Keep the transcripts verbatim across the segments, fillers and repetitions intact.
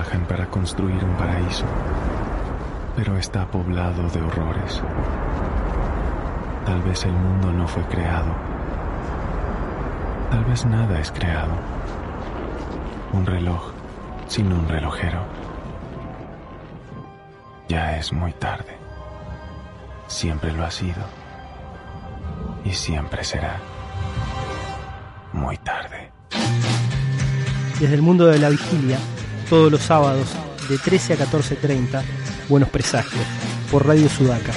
trabajan para construir un paraíso, pero está poblado de horrores. Tal vez el mundo no fue creado. Tal vez nada es creado. Un reloj sin un relojero. Ya es muy tarde. Siempre lo ha sido. Y siempre será muy tarde. Desde el mundo de la vigilia, todos los sábados, de trece a catorce treinta, Buenos Presagios, por Radio Sudaca.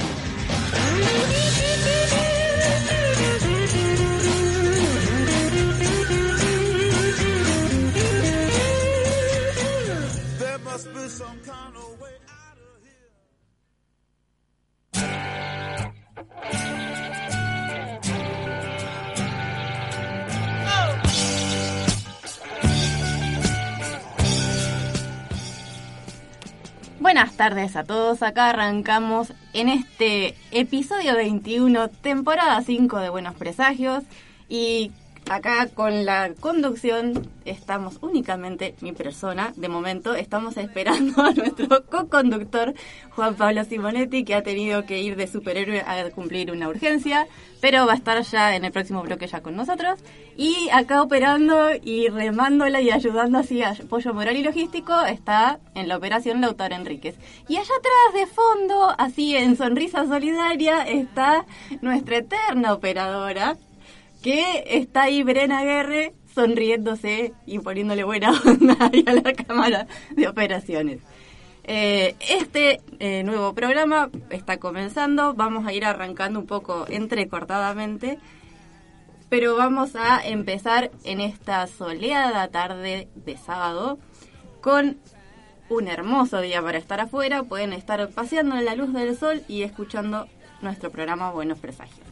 Buenas tardes a todos, acá arrancamos en este episodio veintiuno, temporada cinco de Buenos Presagios, y acá con la conducción estamos únicamente mi persona. De momento estamos esperando a nuestro co-conductor Juan Pablo Simonetti, que ha tenido que ir de superhéroe a cumplir una urgencia, pero va a estar ya en el próximo bloque ya con nosotros. Y acá operando y remándola y ayudando así a apoyo moral y logístico está en la operación Lautaro Enríquez. Y allá atrás de fondo, así en sonrisa solidaria, está nuestra eterna operadora, que está ahí, Brena Guerre, sonriéndose y poniéndole buena onda ahí a la cámara de operaciones. Eh, este eh, nuevo programa está comenzando, vamos a ir arrancando un poco entrecortadamente, pero vamos a empezar en esta soleada tarde de sábado con un hermoso día para estar afuera. Pueden estar paseando en la luz del sol y escuchando nuestro programa Buenos Presagios.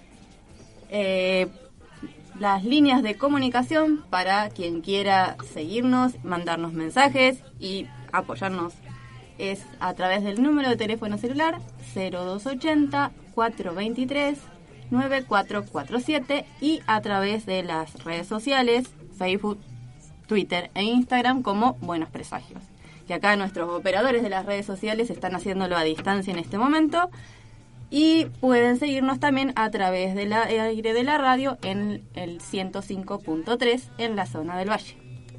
Eh, las líneas de comunicación para quien quiera seguirnos, mandarnos mensajes y apoyarnos es a través del número de teléfono celular cero dos ochenta, cuatrocientos veintitrés, noventa y cuatro cuarenta y siete y a través de las redes sociales Facebook, Twitter e Instagram como Buenos Presagios. Que acá nuestros operadores de las redes sociales están haciéndolo a distancia en este momento. Y pueden seguirnos también a través del aire de la radio en el ciento cinco punto tres en la zona del Valle.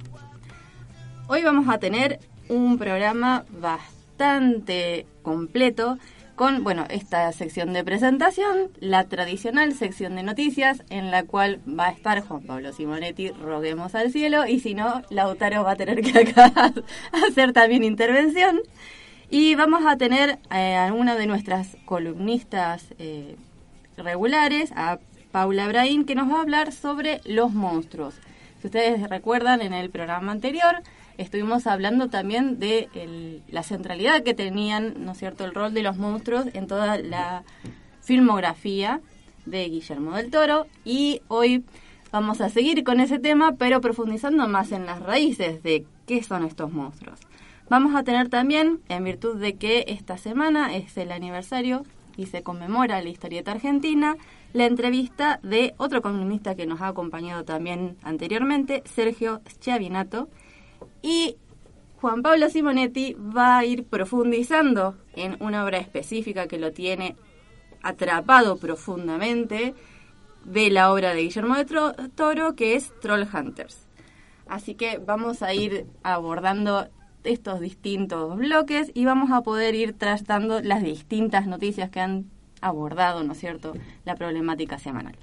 Hoy vamos a tener un programa bastante completo con, bueno, esta sección de presentación, la tradicional sección de noticias en la cual va a estar Juan Pablo Simonetti, roguemos al cielo, y si no, Lautaro va a tener que acá hacer también intervención. Y vamos a tener eh, a una de nuestras columnistas eh, regulares, a Paula Brahim, que nos va a hablar sobre los monstruos. Si ustedes recuerdan, en el programa anterior estuvimos hablando también de el, la centralidad que tenían, ¿no es cierto?, el rol de los monstruos en toda la filmografía de Guillermo del Toro. Y hoy vamos a seguir con ese tema, pero profundizando más en las raíces de qué son estos monstruos. Vamos a tener también, en virtud de que esta semana es el aniversario y se conmemora la historieta argentina, la entrevista de otro columnista que nos ha acompañado también anteriormente, Sergio Schiavinato, y Juan Pablo Simonetti va a ir profundizando en una obra específica que lo tiene atrapado profundamente de la obra de Guillermo del Toro, que es Trollhunters. Así que vamos a ir abordando estos distintos bloques y vamos a poder ir tratando las distintas noticias que han abordado, ¿no es cierto?, la problemática semanal.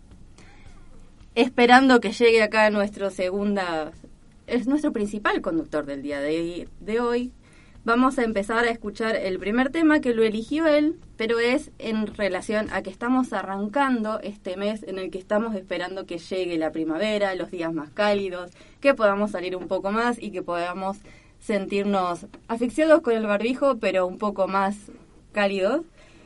Esperando que llegue acá nuestro segunda, es nuestro principal conductor del día de, de hoy, vamos a empezar a escuchar el primer tema que lo eligió él, pero es en relación a que estamos arrancando este mes en el que estamos esperando que llegue la primavera, los días más cálidos, que podamos salir un poco más y que podamos sentirnos asfixiados con el barbijo, pero un poco más cálidos,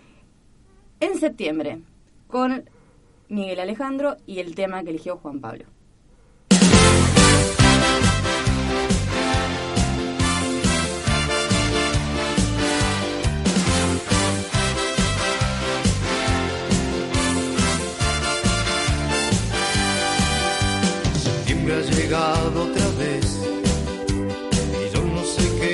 en septiembre, con Miguel Alejandro y el tema que eligió Juan Pablo. Septiembre ha llegado otra vez y yo no sé qué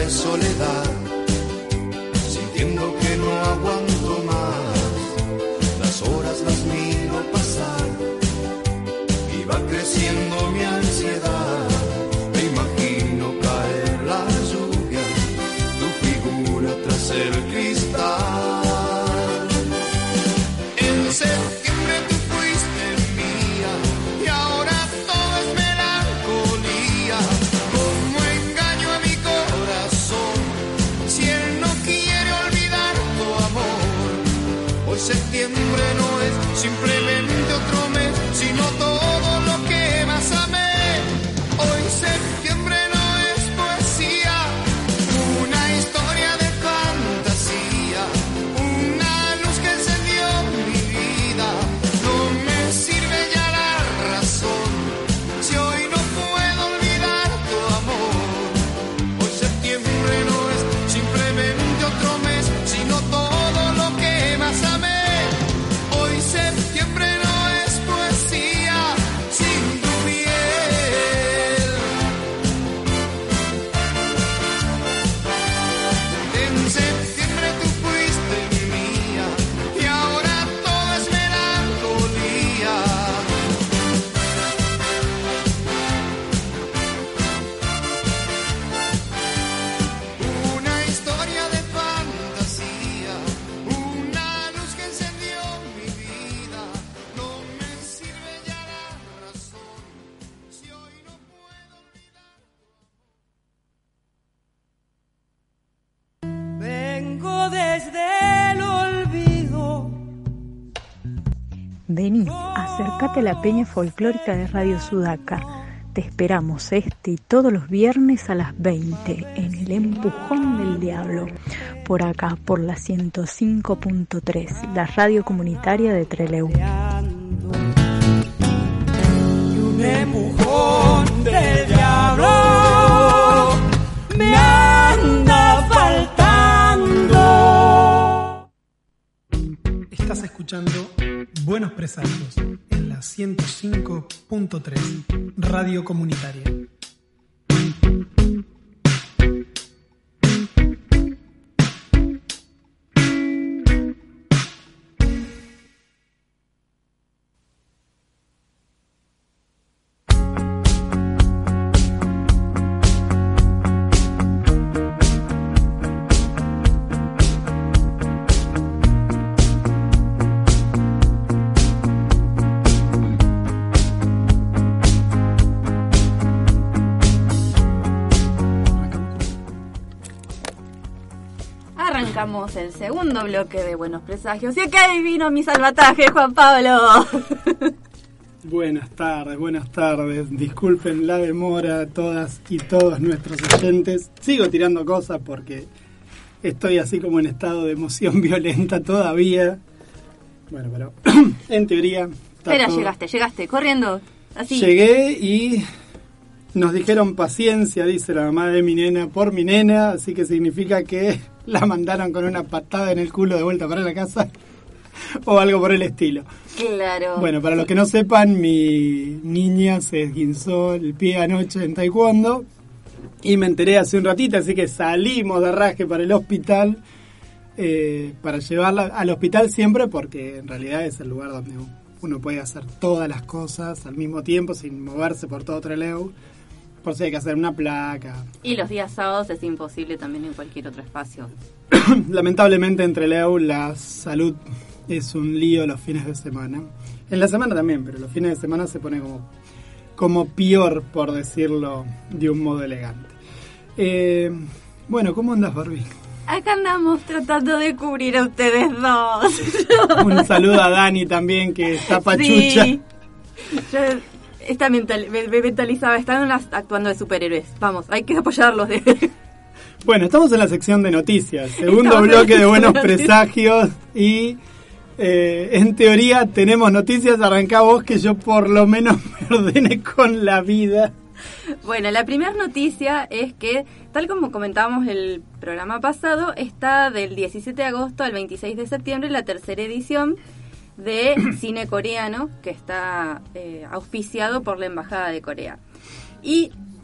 de soledad, sintiendo que no aguanto más. Las horas las miro pasar y va creciendo mi ansiedad. Me imagino caer las lluvias, tu figura tras el cristal. En septiembre tú fuiste mía y ahora todo es melancolía. Como engaño a mi corazón si él no quiere olvidar tu amor. Hoy septiembre no es simplemente otro mes, sino todo lo que más amé. Hoy septiembre no es poesía, una historia de fantasía, una luz que encendió mi vida. No me sirve ya la razón si hoy no puedo olvidar tu amor. Hoy septiembre no es simplemente otro mes, sino todo lo que más amé. Hoy septiembre no es poesía sin tu piel. En septiembre tú fuiste mía y ahora todo es melancolía. Una historia de fantasía, una luz que encendió mi vida. No me sirve ya la razón si hoy no puedo olvidar. Vengo desde el olvido. Vení, acércate a la peña folclórica de Radio Sudaca. Te esperamos este y todos los viernes a las veinte en el Empujón del Diablo, por acá, por la ciento cinco punto tres, la radio comunitaria de Trelew. Y un empujón del diablo me anda faltando. Estás escuchando Buenos Presagios en la ciento cinco punto tres, radio comunitaria. Arrancamos el segundo bloque de Buenos Presagios. Y acá vino mi salvataje, Juan Pablo. Buenas tardes, buenas tardes. Disculpen la demora a todas y todos nuestros oyentes. Sigo tirando cosas porque estoy así como en estado de emoción violenta todavía. Bueno, pero en teoría... Espera, todo... llegaste, llegaste, corriendo. Así. Llegué y nos dijeron paciencia, dice la mamá de mi nena, por mi nena, así que significa que la mandaron con una patada en el culo de vuelta para la casa o algo por el estilo. Claro. Bueno, para los que no sepan, mi niña se esguinzó el pie anoche en taekwondo y me enteré hace un ratito, así que salimos de rasque para el hospital, eh, para llevarla al hospital siempre, porque en realidad es el lugar donde uno puede hacer todas las cosas al mismo tiempo sin moverse por todo Trelew, por si hay que hacer una placa. Y los días sábados es imposible también en cualquier otro espacio. Lamentablemente en Trelew la salud es un lío los fines de semana. En la semana también, pero los fines de semana se pone como, como peor, por decirlo de un modo elegante. Eh, bueno, ¿cómo andas, Barbie? Acá andamos tratando de cubrir a ustedes dos. Un saludo a Dani también, que está pachucha. Sí. Yo está mental, me, me mentalizaba, están actuando de superhéroes. Vamos, hay que apoyarlos. De... Bueno, estamos en la sección de noticias. Segundo estamos bloque de Buenos Presagios y... Eh, en teoría tenemos noticias. Arrancá vos, que yo por lo menos me ordene con la vida. Bueno, la primera noticia es que, tal como comentábamos el programa pasado, está del diecisiete de agosto al veintiséis de septiembre la tercera edición de cine coreano, que está eh, auspiciado por la Embajada de Corea. Y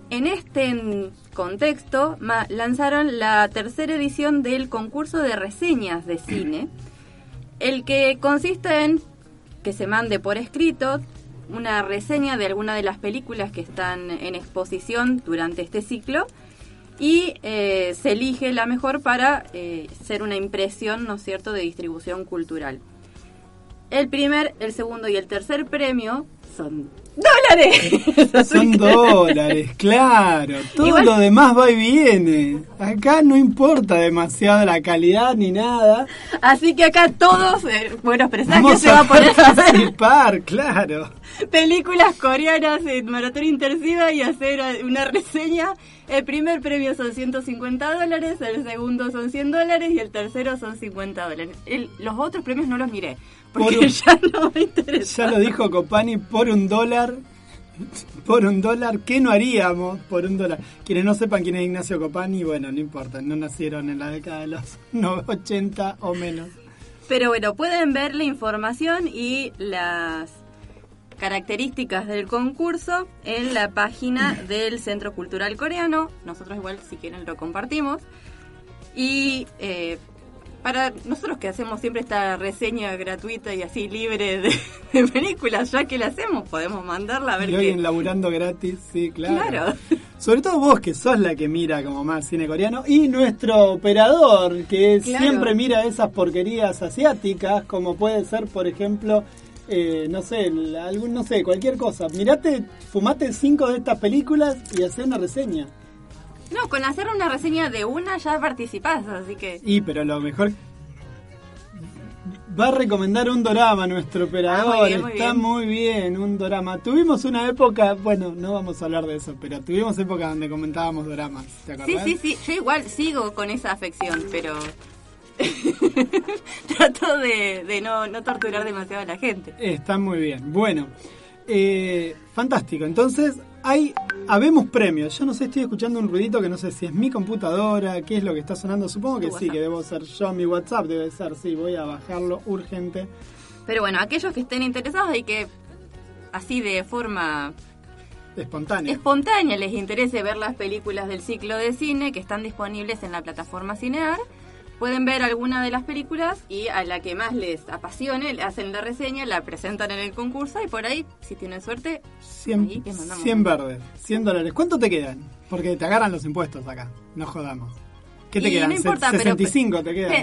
En este contexto ma- lanzaron la tercera edición del concurso de reseñas de cine, el que consiste en que se mande por escrito una reseña de alguna de las películas que están en exposición durante este ciclo y eh, se elige la mejor para eh, ser una impresión, ¿no es cierto?, de distribución cultural. El primer, el segundo y el tercer premio son dólares. Son dólares, claro. Todo Igual- lo demás va y viene. Acá no importa demasiado la calidad ni nada. Así que acá todos, eh, buenos presagios, Vamos se va a poner a ver participar, claro. películas coreanas en maratón intensiva y hacer una reseña. El primer premio son ciento cincuenta dólares, el segundo son cien dólares y el tercero son cincuenta dólares. El, los otros premios no los miré, porque Por un- ya no me interesa. Ya lo dijo Copani, por un dólar, por un dólar, ¿qué no haríamos por un dólar? Quienes no sepan quién es Ignacio Copani, bueno, no importa, no nacieron en la década de los no, ochenta o menos. Pero bueno, pueden ver la información y las características del concurso en la página del Centro Cultural Coreano. Nosotros igual, si quieren, lo compartimos. Y eh, para nosotros que hacemos siempre esta reseña gratuita y así libre de, de películas, ya que la hacemos, podemos mandarla a ver Y hoy qué... en laburando gratis, sí, claro. Claro. Sobre todo vos, que sos la que mira como más cine coreano, y nuestro operador, que Claro. siempre mira esas porquerías asiáticas, como puede ser, por ejemplo, eh, no sé, la- algún, no sé, cualquier cosa. Mirate, fumate cinco de estas películas y hacé una reseña. No, con hacer una reseña de una ya participás, así que... Y, pero lo mejor... Va a recomendar un dorama nuestro operador, Ah, muy bien, muy está bien. muy bien, un dorama. Tuvimos una época, bueno, no vamos a hablar de eso, pero tuvimos época donde comentábamos doramas, ¿te Sí, acordás? sí, sí, yo igual sigo con esa afección, pero trato de, de no, no torturar demasiado a la gente. Está muy bien. Bueno, eh, fantástico. Entonces, hay, habemos premios. Yo no sé, estoy escuchando un ruidito que no sé si es mi computadora, qué es lo que está sonando. Supongo que Tu sí, WhatsApp. que debo ser yo. Mi WhatsApp debe ser, sí, voy a bajarlo urgente. Pero bueno, aquellos que estén interesados y que así de forma Espontáneo. espontánea les interese ver las películas del ciclo de cine que están disponibles en la plataforma Cinear, pueden ver alguna de las películas y a la que más les apasione le hacen la reseña, la presentan en el concurso y por ahí, si tienen suerte, cien, ahí les mandamos. cien verdes, cien dólares. ¿Cuánto te quedan? Porque te agarran los impuestos acá, no jodamos. ¿Qué te Y quedan? no importa, Se- pero- sesenta y cinco te quedan. Eh.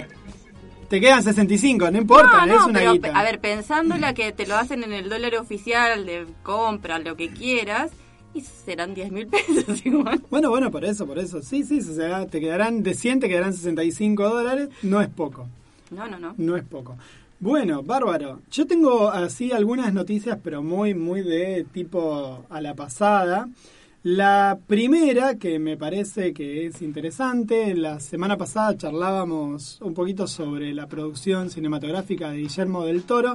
Te quedan sesenta y cinco, no importa, No, es no, una pero guita. a ver, pensándola que te lo hacen en el dólar oficial de compra, lo que quieras, y serán diez mil pesos igual. Bueno, bueno, por eso, por eso. Sí, sí, o sea, te quedarán de cien, te quedarán sesenta y cinco dólares. No es poco, No, no, no. no es poco. Bueno, bárbaro. Yo tengo así algunas noticias, pero muy, muy de tipo a la pasada. La primera, que me parece que es interesante, la semana pasada charlábamos un poquito sobre la producción cinematográfica de Guillermo del Toro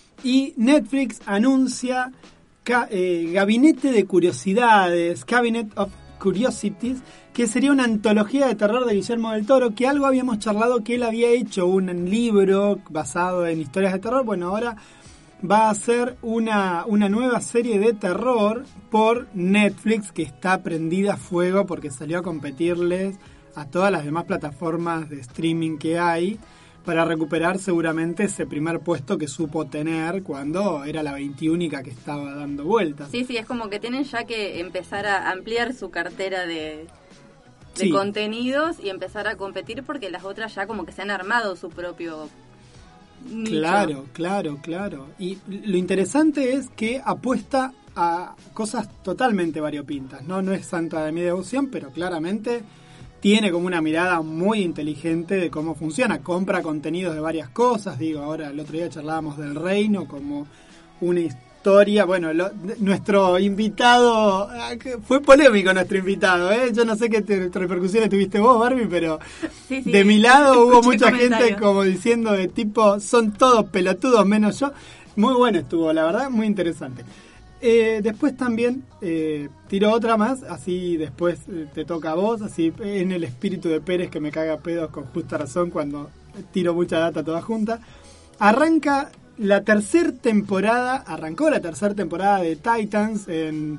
y Netflix anuncia Ca- eh, Gabinete de Curiosidades, Cabinet of Curiosities, que sería una antología de terror de Guillermo del Toro, que algo habíamos charlado que él había hecho un libro basado en historias de terror. Bueno, ahora va a ser una, una nueva serie de terror por Netflix que está prendida a fuego porque salió a competirles a todas las demás plataformas de streaming que hay para recuperar seguramente ese primer puesto que supo tener cuando era la veintiúnica que estaba dando vueltas. Sí, sí, es como que tienen ya que empezar a ampliar su cartera de, de Sí. contenidos y empezar a competir porque las otras ya como que se han armado su propio nicho. Claro, claro, claro. Y lo interesante es que apuesta a cosas totalmente variopintas, ¿no? No es santa de mi devoción, pero claramente tiene como una mirada muy inteligente de cómo funciona. Compra contenidos de varias cosas. Digo, ahora el otro día charlábamos del Reino como una historia. Bueno, lo- nuestro invitado... Fue polémico nuestro invitado, ¿eh? Yo no sé qué te- repercusiones tuviste vos, Barbie, pero... Sí, sí, de mi lado hubo escuché mucha gente comentarios. como diciendo de tipo, son todos pelotudos menos yo. Muy bueno estuvo, la verdad, muy interesante. Eh, después también eh, tiró otra más, así después eh, te toca a vos, así en el espíritu de Pérez que me caga pedos con justa razón cuando tiro mucha data toda junta. Arranca la tercera temporada, arrancó la tercera temporada de Titans en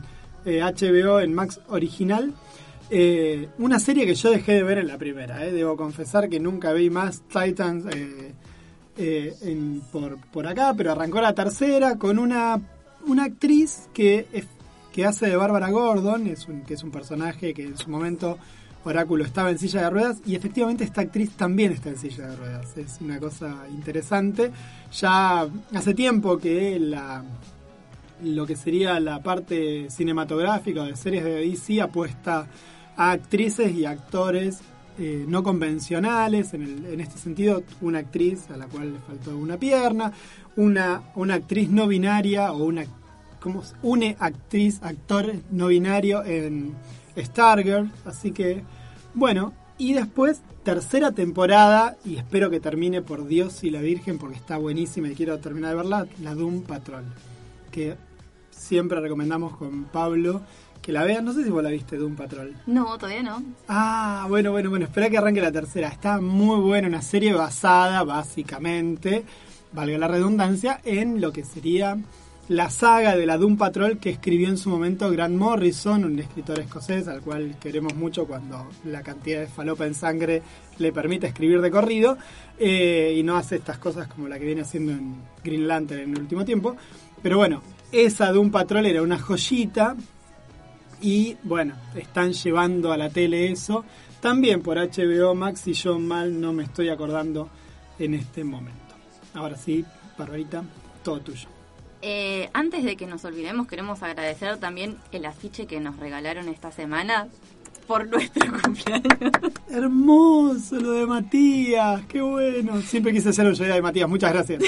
eh, H B O en Max Original. Eh, una serie que yo dejé de ver en la primera, eh. Debo confesar que nunca vi más Titans eh, eh, en, por, por acá, pero arrancó la tercera con una, una actriz que, es, que hace de Bárbara Gordon, es un, que es un personaje que en su momento Oráculo estaba en silla de ruedas, y efectivamente esta actriz también está en silla de ruedas. Es una cosa interesante. Ya hace tiempo que la... lo que sería la parte cinematográfica de series de D C apuesta a actrices y actores eh, no convencionales. En, el, en este sentido, una actriz a la cual le faltó una pierna, una, una actriz no binaria o una ¿cómo se? Une actriz, actor no binario en Stargirl. Así que, bueno, y después tercera temporada, y espero que termine por Dios y la Virgen porque está buenísima y quiero terminar de verla, la Doom Patrol, que siempre recomendamos con Pablo que la vean. No sé si vos la viste, Doom Patrol. No, todavía no. Ah, bueno, bueno, bueno, espera que arranque la tercera. Está muy buena, una serie basada, básicamente, valga la redundancia, en lo que sería la saga de la Doom Patrol que escribió en su momento Grant Morrison, un escritor escocés al cual queremos mucho cuando la cantidad de falopa en sangre le permite escribir de corrido, eh, y no hace estas cosas como la que viene haciendo en Green Lantern en el último tiempo. Pero bueno, esa Doom Patrol era una joyita y bueno, están llevando a la tele eso, también por H B O Max, si yo mal no me estoy acordando en este momento. Ahora sí, Barbarita, todo tuyo. Eh, antes de que nos olvidemos, queremos agradecer también el afiche que nos regalaron esta semana por nuestro cumpleaños. Hermoso lo de Matías, qué bueno. Siempre quise hacer un de Matías, muchas gracias.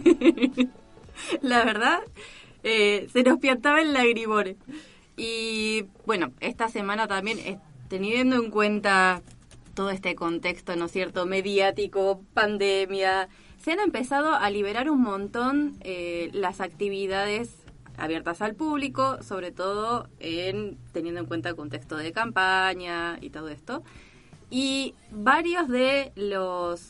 La verdad, eh, se nos piantaba el lagrimón. Y bueno, esta semana también, eh, teniendo en cuenta todo este contexto, ¿no es cierto?, mediático, pandemia, se han empezado a liberar un montón eh, las actividades abiertas al público, sobre todo en teniendo en cuenta el contexto de campaña y todo esto. Y varios de los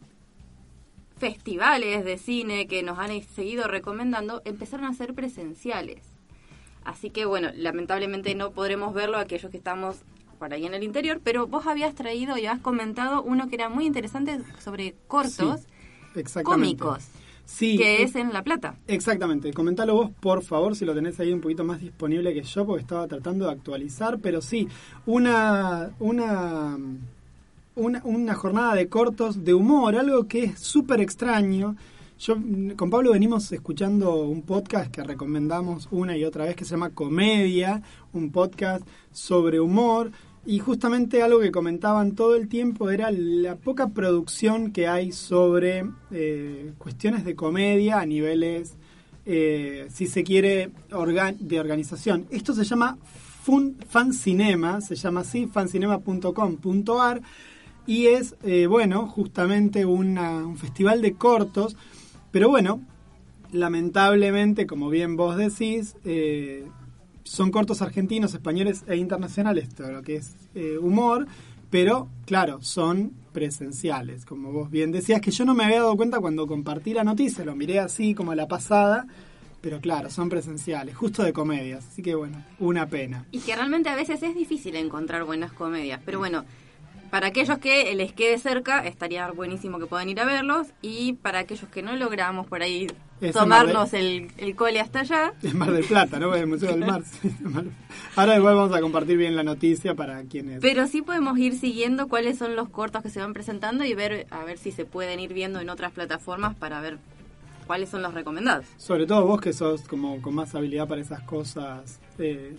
festivales de cine que nos han seguido recomendando empezaron a ser presenciales. Así que bueno, lamentablemente no podremos verlo aquellos que estamos por ahí en el interior, pero vos habías traído y has comentado uno que era muy interesante sobre cortos, sí, exactamente, cómicos, sí, que es, es en La Plata. Exactamente, comentalo vos por favor si lo tenés ahí un poquito más disponible que yo, porque estaba tratando de actualizar, pero sí, una... una Una, una jornada de cortos de humor, algo que es súper extraño. Yo con Pablo venimos escuchando un podcast que recomendamos una y otra vez que se llama Comedia, un podcast sobre humor, y justamente algo que comentaban todo el tiempo era la poca producción que hay sobre eh, cuestiones de comedia a niveles, eh, si se quiere, organ- de organización. Esto se llama Fun, Fancinema, se llama así, fancinema punto com punto a r. Y es, eh, bueno, justamente una, un festival de cortos, pero bueno, lamentablemente, como bien vos decís, eh, son cortos argentinos, españoles e internacionales, todo lo que es eh, humor, pero claro, son presenciales, como vos bien decías, que yo no me había dado cuenta cuando compartí la noticia, lo miré así como a la pasada, pero claro, son presenciales, justo de comedias, así que bueno, una pena. Y que realmente a veces es difícil encontrar buenas comedias, pero bueno, para aquellos que les quede cerca, estaría buenísimo que puedan ir a verlos. Y para aquellos que no logramos por ahí es tomarnos el, el cole hasta allá. Es Mar del Plata, ¿no? El Museo del Mar. Ahora igual vamos a compartir bien la noticia para quienes... Pero sí podemos ir siguiendo cuáles son los cortos que se van presentando y ver a ver si se pueden ir viendo en otras plataformas para ver cuáles son los recomendados. Sobre todo vos que sos como con más habilidad para esas cosas... Eh,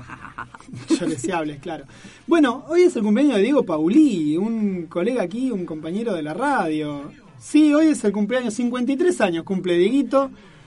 deseables, claro. Bueno, hoy es el cumpleaños de Diego Paulí, un colega aquí, un compañero de la radio. Sí, hoy es el cumpleaños, cincuenta y tres años cumple Dieguito.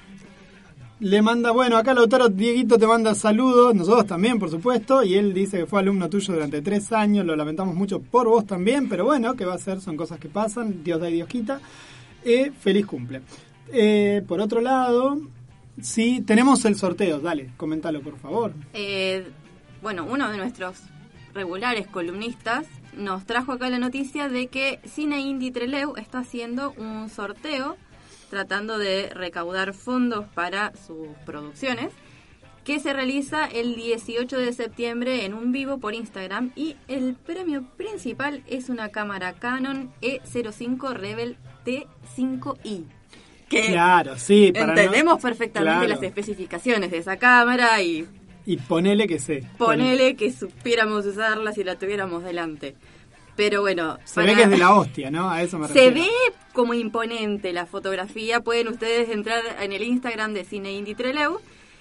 Le manda, bueno, acá Lautaro, Dieguito te manda saludos, nosotros también, por supuesto, y él dice que fue alumno tuyo durante tres años, lo lamentamos mucho por vos también, pero bueno, ¿qué va a ser? Son cosas que pasan, Dios da y Dios quita. Eh, feliz cumple. Eh, por otro lado... Sí, tenemos el sorteo, dale, coméntalo por favor. Eh, bueno, uno de nuestros regulares columnistas nos trajo acá la noticia de que Cine Indie Trelew está haciendo un sorteo tratando de recaudar fondos para sus producciones que se realiza el dieciocho de septiembre en un vivo por Instagram, y el premio principal es una cámara Canon E cero cinco Rebel T cinco i. Que claro, sí. Para entendemos no, perfectamente claro. las especificaciones de esa cámara y Y ponele que sé. ponele que supiéramos usarla si la tuviéramos delante. Pero bueno, Se para- ve que es de la hostia, ¿no? A eso me se refiero. ve como imponente la fotografía. Pueden ustedes entrar en el Instagram de Cine Indie Trelew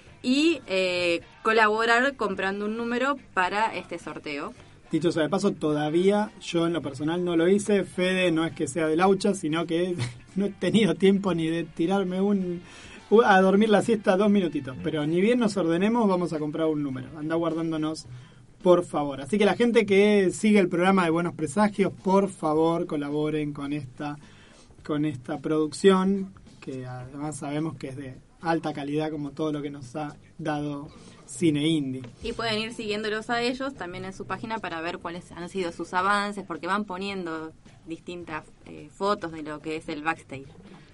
y eh, colaborar comprando un número para este sorteo. Dicho sea de paso, todavía yo en lo personal no lo hice. Fede no es que sea de laucha, sino que no he tenido tiempo ni de tirarme un a dormir la siesta dos minutitos. Pero ni bien nos ordenemos, vamos a comprar un número. Anda guardándonos, por favor. Así que la gente que sigue el programa de Buenos Presagios, por favor, colaboren con esta, con esta producción, que además sabemos que es de alta calidad, como todo lo que nos ha dado Cine Indie. Y pueden ir siguiéndolos a ellos también en su página para ver cuáles han sido sus avances, porque van poniendo distintas eh, fotos de lo que es el backstage.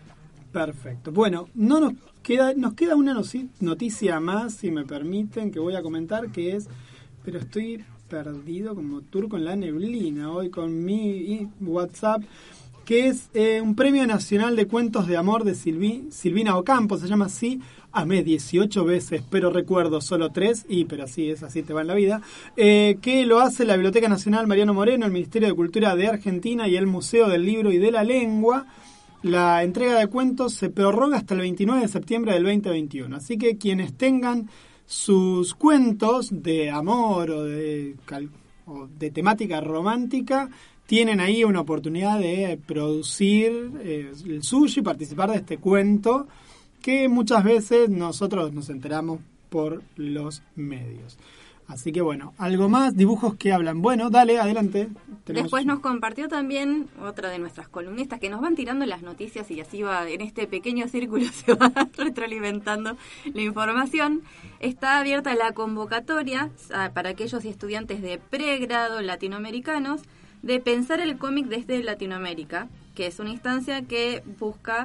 Perfecto. Bueno, no nos queda, nos queda una noci- noticia más, si me permiten, que voy a comentar, que es, pero estoy perdido como turco en la neblina hoy con mi WhatsApp, que es eh, un premio nacional de cuentos de amor de Silvi, Silvina Ocampo, se llama así. Amé dieciocho veces, pero recuerdo solo tres, y pero así es, así te va en la vida, eh, que lo hace la Biblioteca Nacional Mariano Moreno, el Ministerio de Cultura de Argentina y el Museo del Libro y de la Lengua. La entrega de cuentos se prorroga hasta el veintinueve de septiembre del veinte veintiuno, así que quienes tengan sus cuentos de amor o de, cal- o de temática romántica, tienen ahí una oportunidad de producir eh, el suyo y participar de este cuento, que muchas veces nosotros nos enteramos por los medios. Así que bueno, algo más, dibujos que hablan. Bueno, dale, adelante. Tenemos- Después nos compartió también otra de nuestras columnistas que nos van tirando las noticias y así va, en este pequeño círculo se va retroalimentando la información. Está abierta la convocatoria ah, para aquellos estudiantes de pregrado latinoamericanos de pensar el cómic desde Latinoamérica, que es una instancia que busca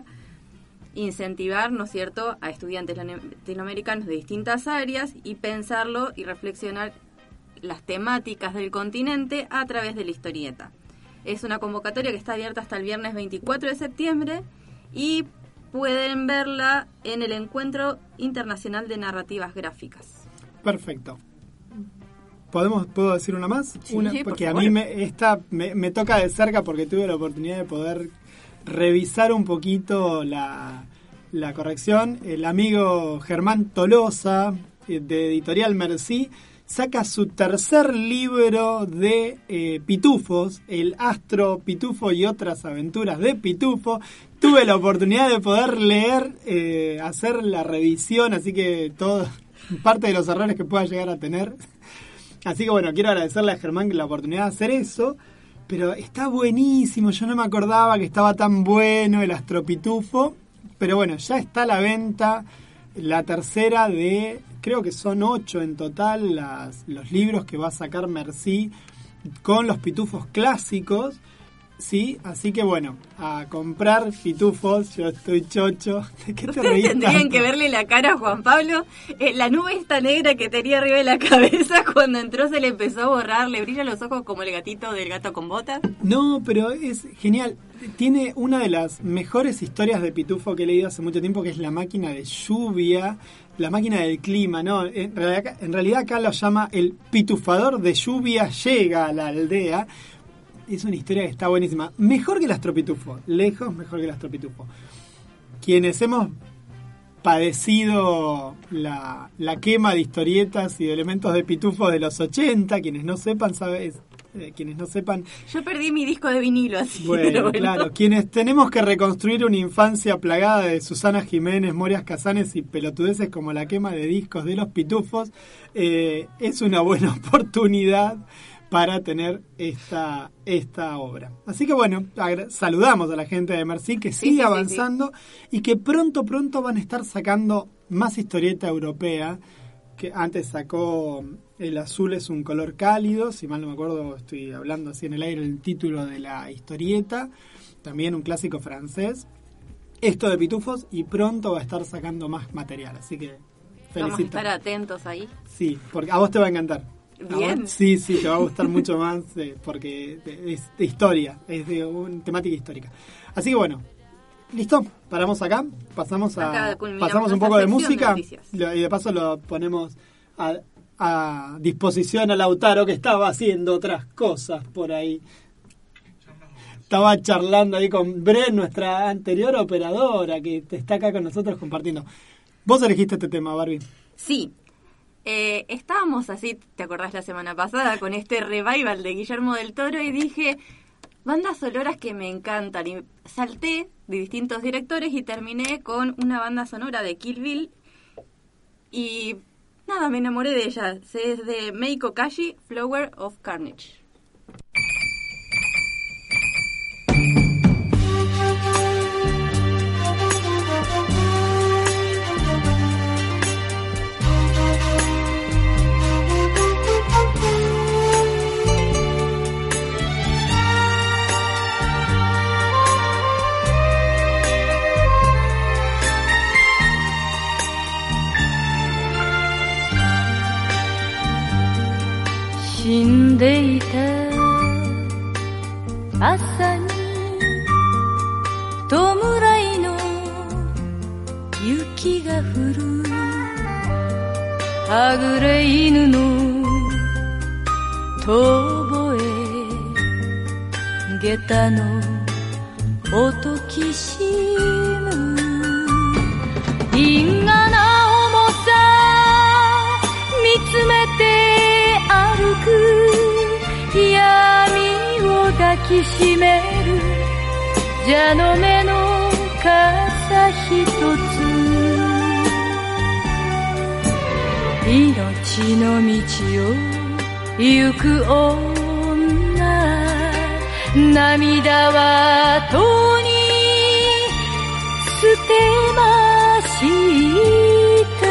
incentivar, ¿no es cierto?, a estudiantes latinoamericanos de distintas áreas y pensarlo y reflexionar las temáticas del continente a través de la historieta. Es una convocatoria que está abierta hasta el viernes veinticuatro de septiembre y pueden verla en el Encuentro Internacional de Narrativas Gráficas. Perfecto. ¿Podemos, ¿Puedo decir una más? Sí, una, por porque a favor. mí me, esta me, me toca de cerca porque tuve la oportunidad de poder revisar un poquito la, la corrección. El amigo Germán Tolosa, eh, de Editorial Merci, saca su tercer libro de eh, Pitufos, El Astro Pitufo y otras aventuras de Pitufo. Tuve la oportunidad de poder leer, eh, hacer la revisión, así que todo, parte de los errores que pueda llegar a tener. Así que bueno, quiero agradecerle a Germán la oportunidad de hacer eso. Pero está buenísimo, yo no me acordaba que estaba tan bueno el Astropitufo. Pero bueno, ya está a la venta la tercera de, creo que son ocho en total, las, los libros que va a sacar Merci con los pitufos clásicos. Sí, así que bueno, a comprar pitufos, yo estoy chocho. ¿De qué te Ustedes reís tendrían tanto? que verle la cara a Juan Pablo. Eh, la nube esta negra que tenía arriba de la cabeza, cuando entró se le empezó a borrar, le brillan los ojos como el gatito del gato con botas. No, pero es genial. Tiene una de las mejores historias de pitufo que he leído hace mucho tiempo, que es La máquina de lluvia, la máquina del clima, ¿no? En realidad, en realidad acá lo llama El pitufador de lluvia llega a la aldea. Es una historia que está buenísima. Mejor que el Astropitufo. Lejos mejor que el Astropitufo. Quienes hemos padecido la, la quema de historietas y de elementos de pitufo de los ochenta, quienes no sepan, sabes, eh, quienes no sepan, Yo perdí mi disco de vinilo así. bueno, pero bueno. claro, quienes tenemos que reconstruir una infancia plagada de Susana Jiménez, Morias Casanes y pelotudeces como la quema de discos de los pitufos, eh, es una buena oportunidad para tener esta, esta obra. Así que bueno, agra- saludamos a la gente de Merci que Sí, sigue sí, sí, avanzando y que pronto, pronto van a estar sacando más historieta europea, que antes sacó El azul es un color cálido, si mal no me acuerdo, estoy hablando así en el aire el título de la historieta, también un clásico francés, esto de pitufos, y pronto va a estar sacando más material, así que felicito. Vamos a estar atentos ahí. Sí, porque a vos te va a encantar. Bien. Vos, sí, sí, te va a gustar mucho más eh, porque es de historia, es de una temática histórica. Así que bueno, listo, paramos acá, pasamos a Acá culminamos pasamos un nuestra poco de sección de música noticias. lo- y de paso lo ponemos a, a disposición a Lautaro, que estaba haciendo otras cosas por ahí. Estaba charlando ahí con Bre, nuestra anterior operadora, que está acá con nosotros compartiendo. Vos elegiste este tema, Barbie. Sí. Eh, estábamos así, ¿te acordás la semana pasada? Con este revival de Guillermo del Toro y dije, bandas sonoras que me encantan. Y salté de distintos directores y terminé con una banda sonora de Kill Bill. Y nada, me enamoré de ella. Es de Meiko Kashi, Flower of Carnage. 死んでいた朝に弔いの雪が降るはぐれ犬の遠吠え下駄の音きしむ因果な重さ見つめて歩く闇を抱きしめる蛇の目の傘ひとつ命の道を行く女涙はとに捨てました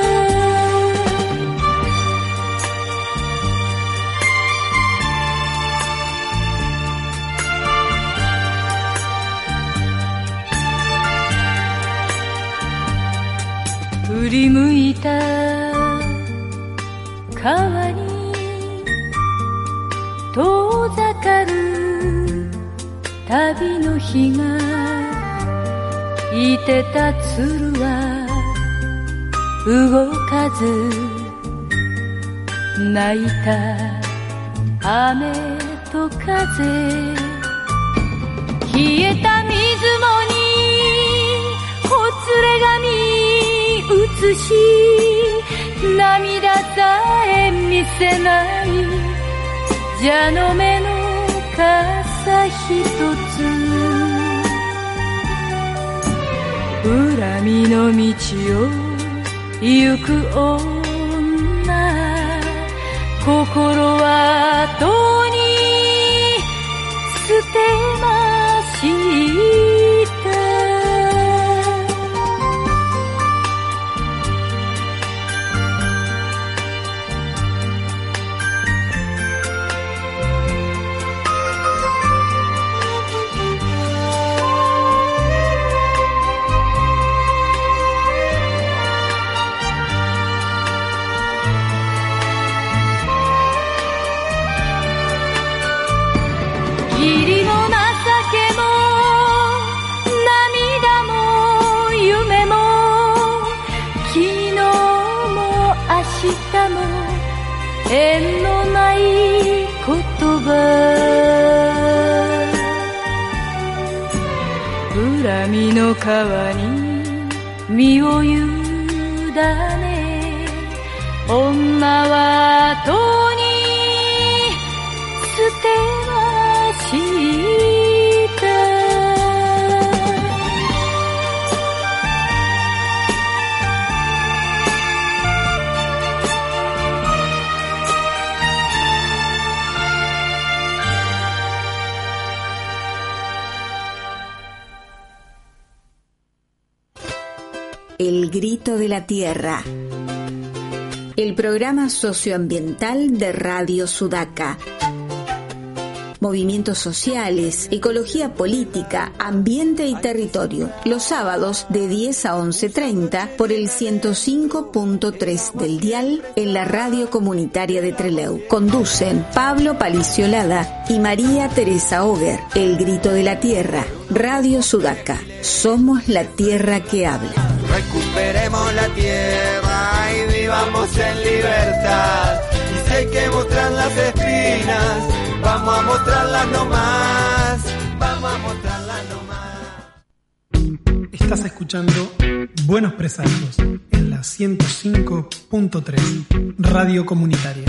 振り向いた川に遠ざかる旅の日がいてた鶴は動かず泣いた雨と風冷えた水面にほつれ髪映し涙さえ見せない蛇の目の傘ひとつ恨みの道を行く女心はとに捨てました縁のない言葉恨みの川に身を委ね女はとに捨てました El Grito de la Tierra, el programa socioambiental de Radio Sudaca. movimientos sociales, ecología política, ambiente y territorio. Los sábados de diez a once treinta por el ciento cinco punto tres del dial en la radio comunitaria de Trelew. Conducen Pablo Paliciolada y María Teresa Oger. El grito de la tierra. Radio Sudaca. Somos la tierra que habla. Recuperemos la tierra y vivamos en libertad. Y si hay que mostrar las espinas, vamos a mostrarlas nomás. Vamos a mostrarlas nomás. Estás escuchando Buenos Presagios en la ciento cinco punto tres, Radio Comunitaria.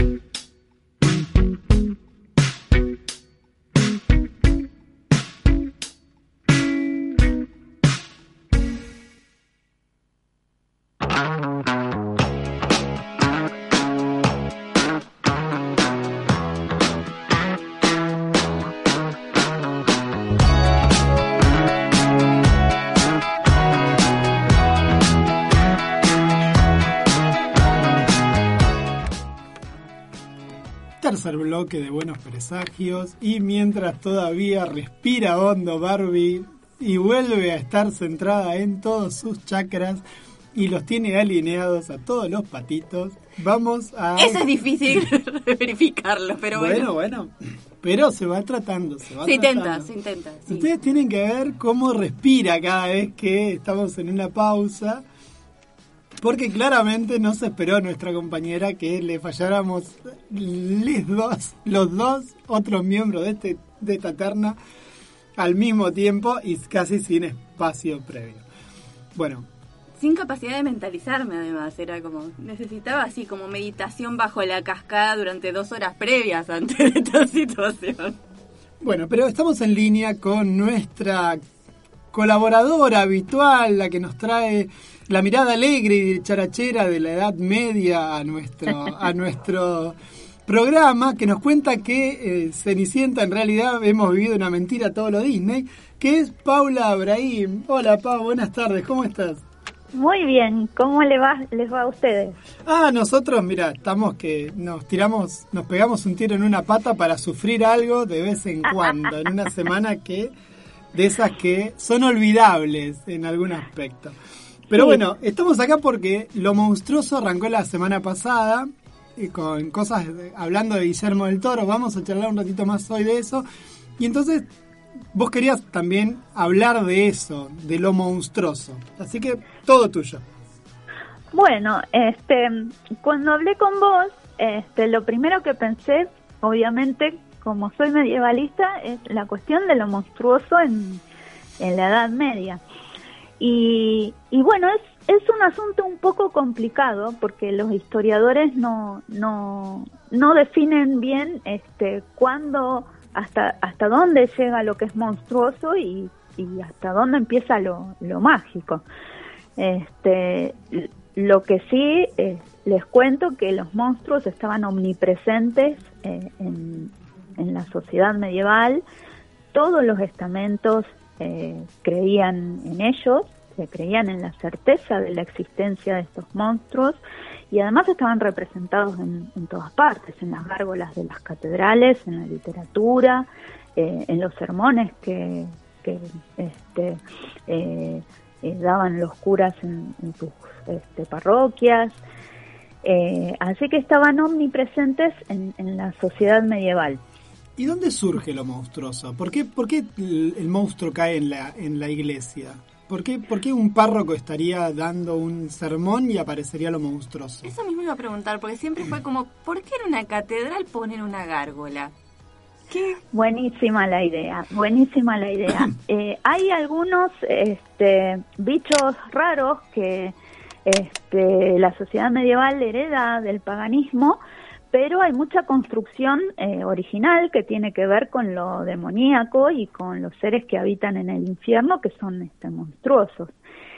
Tercer bloque de Buenos Presagios, y mientras todavía respira hondo Barbie y vuelve a estar centrada en todos sus chakras y los tiene alineados a todos los patitos, vamos a... Eso es difícil verificarlo, pero bueno. Bueno, bueno, pero se va tratando, se va se tratando. intenta, se intenta. Sí. Ustedes tienen que ver cómo respira cada vez que estamos en una pausa, porque claramente no se esperó nuestra compañera que le falláramos les dos, los dos otros miembros de, este, de esta terna al mismo tiempo y casi sin espacio previo. Bueno. Sin capacidad de mentalizarme, además. Era como, necesitaba así como meditación bajo la cascada durante dos horas previas antes de esta situación. Bueno, pero estamos en línea con nuestra colaboradora habitual, la que nos trae la mirada alegre y charachera de la Edad Media a nuestro a nuestro programa, que nos cuenta que eh, Cenicienta en realidad hemos vivido una mentira todo lo Disney, que es Paula Abrahim. Hola, Pau, buenas tardes, ¿cómo estás? Muy bien, ¿cómo le va, les va a ustedes? Ah, nosotros, mira, estamos que nos tiramos, nos pegamos un tiro en una pata para sufrir algo de vez en cuando, en una semana que de esas que son olvidables en algún aspecto. Pero sí. Bueno, estamos acá porque Lo Monstruoso arrancó la semana pasada y con cosas, de, hablando de Guillermo del Toro, vamos a charlar un ratito más hoy de eso. Y entonces vos querías también hablar de eso, de Lo Monstruoso. Así que todo tuyo. Bueno, este, cuando hablé con vos, este, lo primero que pensé, obviamente, como soy medievalista, es la cuestión de lo monstruoso en, en la Edad Media. Y, y bueno, es, es un asunto un poco complicado porque los historiadores no, no, no definen bien este, cuándo, hasta, hasta dónde llega lo que es monstruoso y, y hasta dónde empieza lo, lo mágico. Este, lo que sí eh, les cuento que los monstruos estaban omnipresentes eh, en, en la sociedad medieval. Todos los estamentos eh, creían en ellos, eh, creían en la certeza de la existencia de estos monstruos y además estaban representados en, en todas partes, en las gárgolas de las catedrales, en la literatura, eh, en los sermones que, que este, eh, eh, daban los curas en, en sus este, parroquias. Eh, así que estaban omnipresentes en, en la sociedad medieval. ¿Y dónde surge lo monstruoso? ¿Por qué, por qué el, el monstruo cae en la, en la iglesia? ¿Por qué, ¿Por qué un párroco estaría dando un sermón y aparecería lo monstruoso? Eso mismo iba a preguntar, porque siempre fue como, ¿por qué en una catedral ponen una gárgola? ¿Qué? Buenísima la idea, buenísima la idea. eh, hay algunos este, bichos raros que este, la sociedad medieval hereda del paganismo, pero hay mucha construcción eh, original que tiene que ver con lo demoníaco y con los seres que habitan en el infierno, que son este, monstruosos.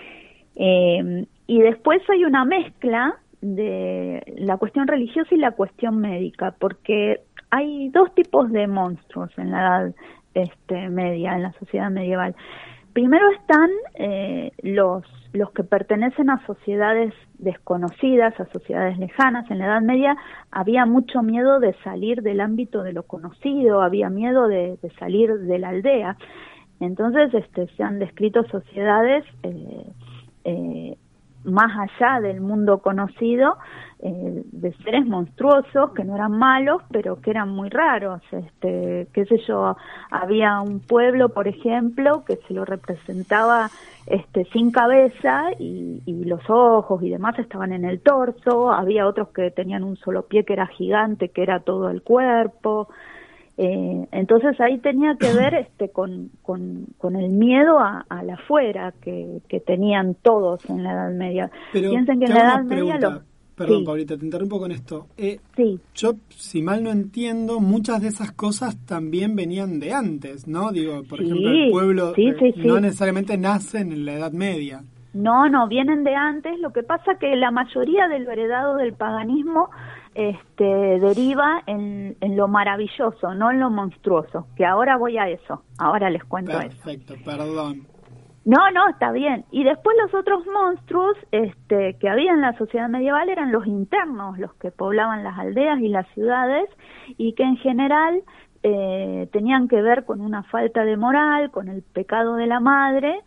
Eh, y después hay una mezcla de la cuestión religiosa y la cuestión médica, porque hay dos tipos de monstruos en la edad este, media, en la sociedad medieval. primero están eh, los, los que pertenecen a sociedades desconocidas, a sociedades lejanas. En la Edad Media había mucho miedo de salir del ámbito de lo conocido, había miedo de, de salir de la aldea. Entonces este, se han descrito sociedades eh, eh, más allá del mundo conocido, eh, de seres monstruosos que no eran malos, pero que eran muy raros. Este, qué sé yo, había un pueblo, por ejemplo, que se lo representaba este, sin cabeza y, y los ojos y demás estaban en el torso. Había otros que tenían un solo pie que era gigante, que era todo el cuerpo. Eh, entonces ahí tenía que ver este con, con, con el miedo a, a la afuera que, que tenían todos en la Edad Media. Pero piensen que en te la hago Edad una Media pregunta. lo... Perdón, Sí. Paulita, te interrumpo con esto. Eh, Sí. Yo, si mal no entiendo, muchas de esas cosas también venían de antes, ¿no? Digo, por Sí, ejemplo, el pueblo sí, sí, eh, sí. no necesariamente nacen en la Edad Media. No, no, vienen de antes. Lo que pasa que la mayoría de lo heredado del paganismo este, deriva en, en lo maravilloso, no en lo monstruoso. Que ahora voy a eso. Ahora les cuento eso. Perfecto, perdón. No, no, está bien. Y después los otros monstruos este, que había en la sociedad medieval eran los internos, los que poblaban las aldeas y las ciudades, y que en general eh, tenían que ver con una falta de moral, con el pecado de la madre,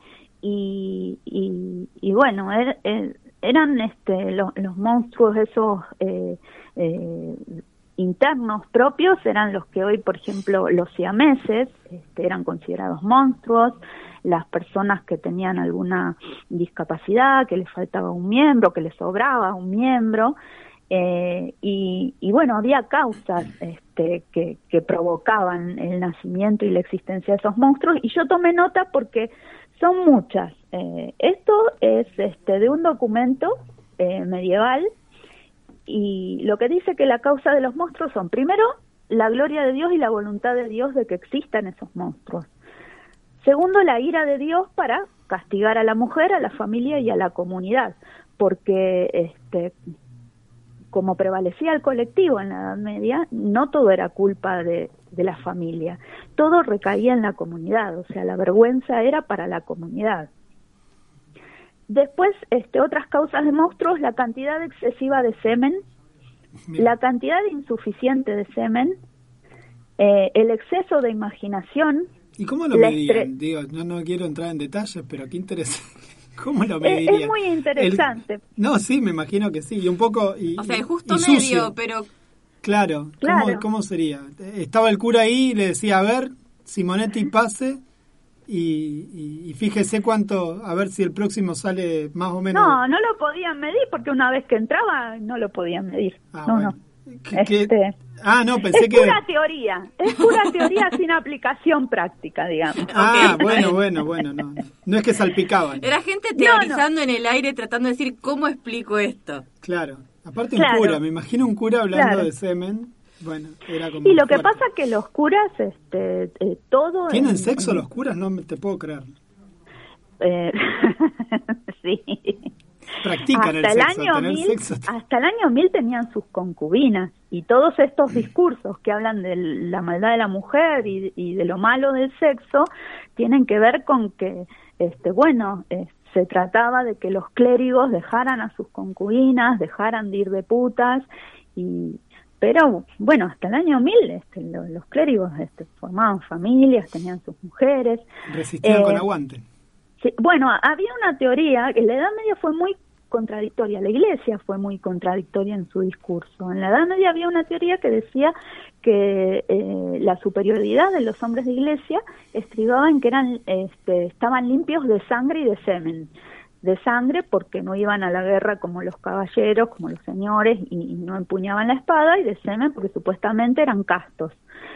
y, y, y bueno, er, er, eran este, lo, los monstruos esos eh, eh, internos propios, eran los que hoy, por ejemplo, los siameses este, eran considerados monstruos. Las personas que tenían alguna discapacidad, que les faltaba un miembro, que les sobraba un miembro, eh, y, y bueno, había causas este, que, que provocaban el nacimiento y la existencia de esos monstruos, y yo tomé nota porque son muchas. Eh, esto es este, de un documento eh, medieval, y lo que dice que la causa de los monstruos son, primero, la gloria de Dios y la voluntad de Dios de que existan esos monstruos. Segundo, la ira de Dios para castigar a la mujer, a la familia y a la comunidad, porque este, como prevalecía el colectivo en la Edad Media, no todo era culpa de, de la familia, todo recaía en la comunidad, o sea, la vergüenza era para la comunidad. Después, este, otras causas de monstruos, la cantidad excesiva de semen, Mira. la cantidad insuficiente de semen, eh, el exceso de imaginación. ¿Y cómo lo medían? Digo, no, no quiero entrar en detalles, pero qué interesante. ¿Cómo lo medirían? Es, es muy interesante. El, no, sí, me imagino que sí. Y un poco... Y, o sea, es justo y medio, sucio. pero... Claro. claro. ¿Cómo, ¿Cómo sería? Estaba el cura ahí y le decía, a ver, Simonetti pase y, y, y fíjese cuánto, a ver si el próximo sale más o menos... No, no lo podían medir porque una vez que entraba no lo podían medir. Ah, no, bueno. no. ¿Qué, qué? Este, ah, no, pensé es que... Es pura teoría, es pura teoría sin aplicación práctica, digamos. Ah, bueno, bueno, bueno, no, no. No es que salpicaban. Era gente teorizando no, no. en el aire tratando de decir cómo explico esto. Claro, aparte claro. un cura, me imagino un cura hablando claro. de semen. Bueno, era como y lo que fuerte. pasa es que los curas, este, eh, todo... ¿Tienen en, sexo en... los curas? No me te puedo creer. Eh, sí. Practican hasta el el sexo, año tener mil, sexo. Hasta el año mil tenían sus concubinas, y todos estos discursos que hablan de la maldad de la mujer y, y de lo malo del sexo tienen que ver con que, este, bueno, eh, se trataba de que los clérigos dejaran a sus concubinas, dejaran de ir de putas, y pero bueno, hasta el año mil este, los, los clérigos este, formaban familias, tenían sus mujeres. Resistían eh, con aguante. Sí, bueno, había una teoría, en la Edad Media fue muy contradictoria, la Iglesia fue muy contradictoria en su discurso. En la Edad Media había una teoría que decía que eh, la superioridad de los hombres de Iglesia estribaba en que eran, este, estaban limpios de sangre y de semen. De sangre porque no iban a la guerra como los caballeros, como los señores, y, y no empuñaban la espada, y de semen porque supuestamente eran castos.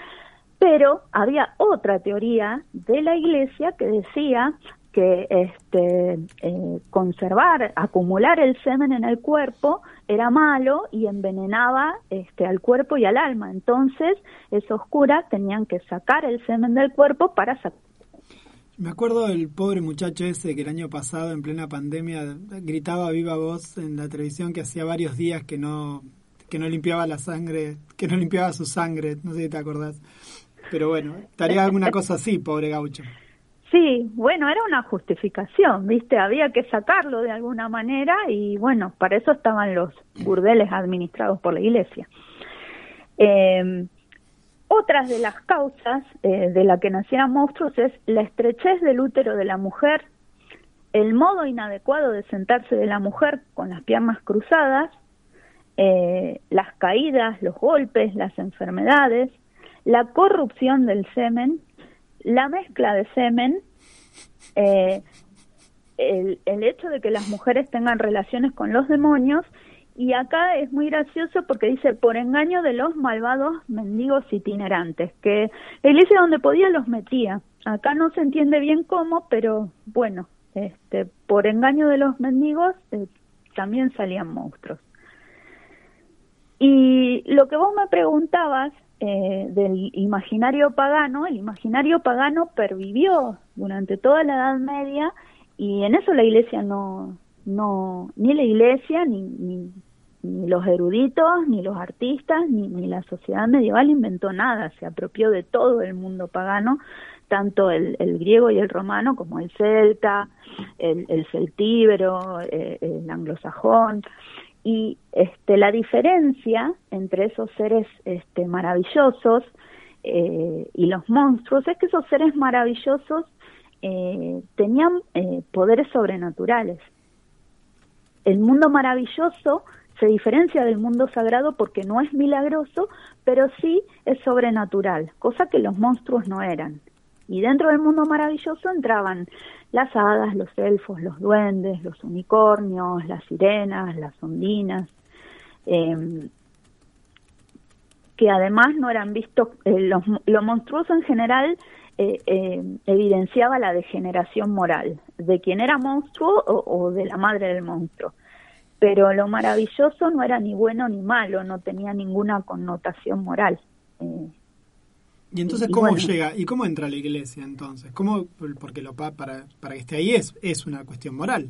Pero había otra teoría de la Iglesia que decía que este, eh, conservar, acumular el semen en el cuerpo era malo y envenenaba este, al cuerpo y al alma. Entonces, esos curas tenían que sacar el semen del cuerpo para sacar. Me acuerdo del pobre muchacho ese que el año pasado, en plena pandemia, gritaba a viva voz en la televisión que hacía varios días que no que no limpiaba la sangre, que no limpiaba su sangre, no sé si te acordás. Pero bueno, estaría alguna cosa así, pobre gaucho. Sí, bueno, era una justificación, ¿viste? Había que sacarlo de alguna manera y bueno, para eso estaban los burdeles administrados por la iglesia. Eh, otras de las causas eh, de la que nacieran monstruos es la estrechez del útero de la mujer, el modo inadecuado de sentarse de la mujer con las piernas cruzadas, eh, las caídas, los golpes, las enfermedades, la corrupción del semen, la mezcla de semen, eh, el, el hecho de que las mujeres tengan relaciones con los demonios, y acá es muy gracioso porque dice por engaño de los malvados mendigos itinerantes, que la iglesia donde podía los metía. Acá no se entiende bien cómo, pero bueno, este, por engaño de los mendigos eh, también salían monstruos. Y lo que vos me preguntabas Eh, del imaginario pagano, el imaginario pagano pervivió durante toda la Edad Media y en eso la iglesia no, no ni la iglesia, ni, ni, ni los eruditos, ni los artistas, ni, ni la sociedad medieval inventó nada, se apropió de todo el mundo pagano, tanto el, el griego y el romano como el celta, el, el celtíbero, eh, el anglosajón. Y este, la diferencia entre esos seres este, maravillosos eh, y los monstruos es que esos seres maravillosos eh, tenían eh, poderes sobrenaturales. El mundo maravilloso se diferencia del mundo sagrado porque no es milagroso, pero sí es sobrenatural, cosa que los monstruos no eran. Y dentro del mundo maravilloso entraban las hadas, los elfos, los duendes, los unicornios, las sirenas, las ondinas, eh, que además no eran vistos, eh, los, lo monstruoso en general eh, eh, evidenciaba la degeneración moral de quien era monstruo o, o de la madre del monstruo. Pero lo maravilloso no era ni bueno ni malo, no tenía ninguna connotación moral. Eh, Y entonces, Y ¿cómo bueno. llega? ¿Y cómo entra a la iglesia entonces? ¿Cómo? Porque lo pa- para, para que esté ahí es, es una cuestión moral.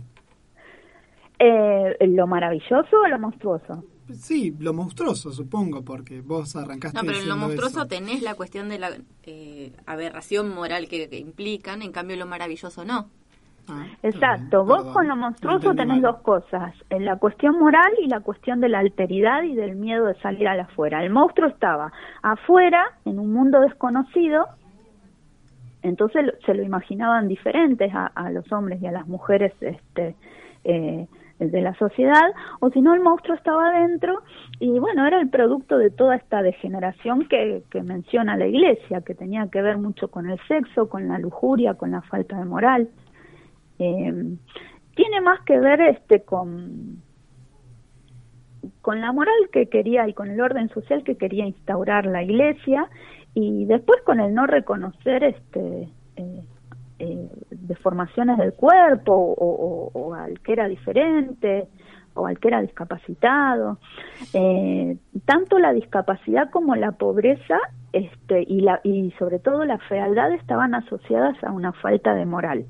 eh, ¿Lo maravilloso o lo monstruoso? Sí, lo monstruoso, supongo, porque vos arrancaste No, pero en lo diciendo monstruoso eso. tenés la cuestión de la eh, aberración moral que, que implican, en cambio lo maravilloso no. Ah, Exacto, perdón, vos perdón, con lo lo monstruoso entendí tenés mal. dos cosas, eh, la cuestión moral y la cuestión de la alteridad y del miedo de salir al afuera. El monstruo estaba afuera, en un mundo desconocido, entonces lo- se lo imaginaban diferentes a, a los hombres y a las mujeres este, eh, de la sociedad, o si no el monstruo estaba adentro y bueno, era el producto de toda esta degeneración que, que menciona la iglesia, que tenía que ver mucho con el sexo, con la lujuria, con la falta de moral. Eh, tiene más que ver este con con la moral que quería y con el orden social que quería instaurar la iglesia y después con el no reconocer este eh, eh, deformaciones del cuerpo o, o, o al que era diferente o al que era discapacitado. Eh, tanto la discapacidad como la pobreza este y la y sobre todo la fealdad estaban asociadas a una falta de moral.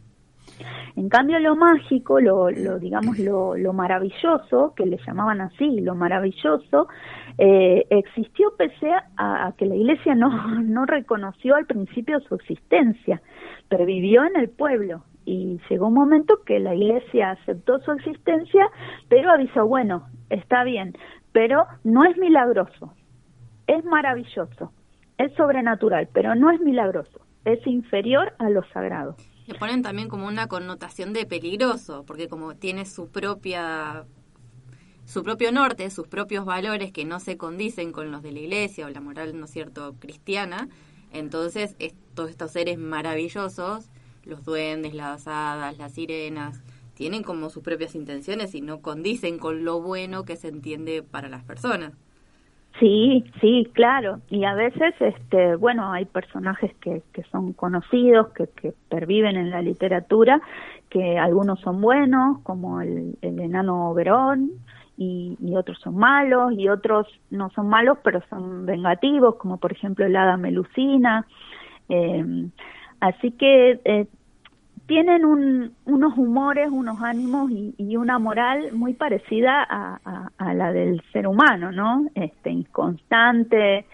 En cambio lo mágico, lo, lo digamos lo, lo maravilloso, que le llamaban así, lo maravilloso, eh, existió pese a, a que la iglesia no, no reconoció al principio su existencia, pero vivió en el pueblo y llegó un momento que la iglesia aceptó su existencia, pero avisó, bueno, está bien, pero no es milagroso, es maravilloso, es sobrenatural, pero no es milagroso, es inferior a lo sagrado. Le ponen también como una connotación de peligroso, porque como tiene su propia su propio norte, sus propios valores que no se condicen con los de la iglesia o la moral, ¿no es cierto?, cristiana, entonces es, todos estos seres maravillosos, los duendes, las hadas, las sirenas, tienen como sus propias intenciones y no condicen con lo bueno que se entiende para las personas. Sí, sí, claro. Y a veces, este, bueno, hay personajes que, que son conocidos, que, que perviven en la literatura, que algunos son buenos, como el, el enano Oberón, y, y otros son malos, y otros no son malos, pero son vengativos, como por ejemplo el hada Melusina. Eh, así que eh, tienen un, unos humores, unos ánimos y, y una moral muy parecida a, a, a la del ser humano, ¿no? Este, inconstante,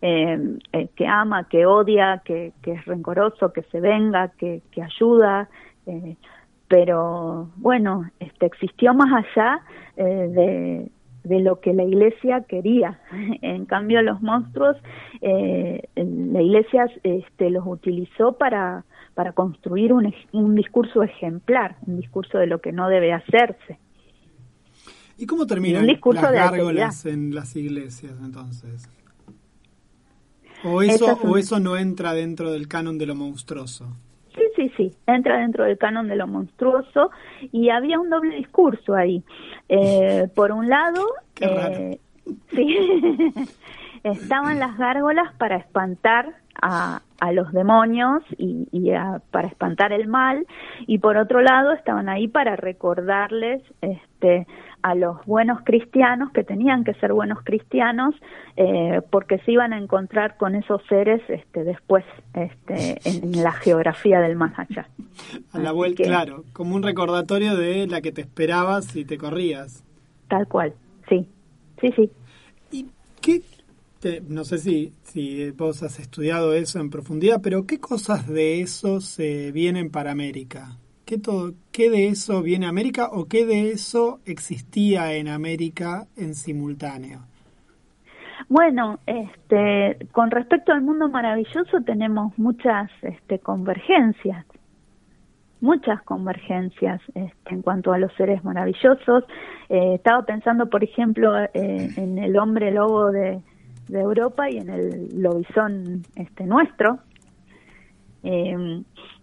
eh, eh, que ama, que odia, que, que es rencoroso, que se venga, que, que ayuda, eh, pero bueno, este, existió más allá eh, de, de lo que la Iglesia quería. En cambio, los monstruos, eh, la Iglesia este, los utilizó para, para construir un, un discurso ejemplar, un discurso de lo que no debe hacerse. ¿Y cómo terminan las gárgolas en las iglesias, entonces? ¿O eso, es un... ¿O eso no entra dentro del canon de lo monstruoso? Sí, sí, sí, entra dentro del canon de lo monstruoso, y había un doble discurso ahí. Eh, por un lado, Qué raro. Eh, sí, estaban las gárgolas para espantar a, a los demonios y, y a, para espantar el mal, y por otro lado estaban ahí para recordarles este, a los buenos cristianos que tenían que ser buenos cristianos, eh, porque se iban a encontrar con esos seres este, después este, en la geografía del más allá. A la vuelta, que, claro, como un recordatorio de la que te esperabas y te corrías. Tal cual, sí, sí, sí. ¿Y qué? Te, no sé si, si vos has estudiado eso en profundidad, pero ¿qué cosas de eso se vienen para América? ¿Qué, todo, ¿Qué de eso viene a América o qué de eso existía en América en simultáneo? Bueno, este, con respecto al mundo maravilloso tenemos muchas este, convergencias, muchas convergencias este, en cuanto a los seres maravillosos. Eh, estaba pensando, por ejemplo, eh, en el hombre lobo de, de Europa y en el lobizón este, nuestro. Eh,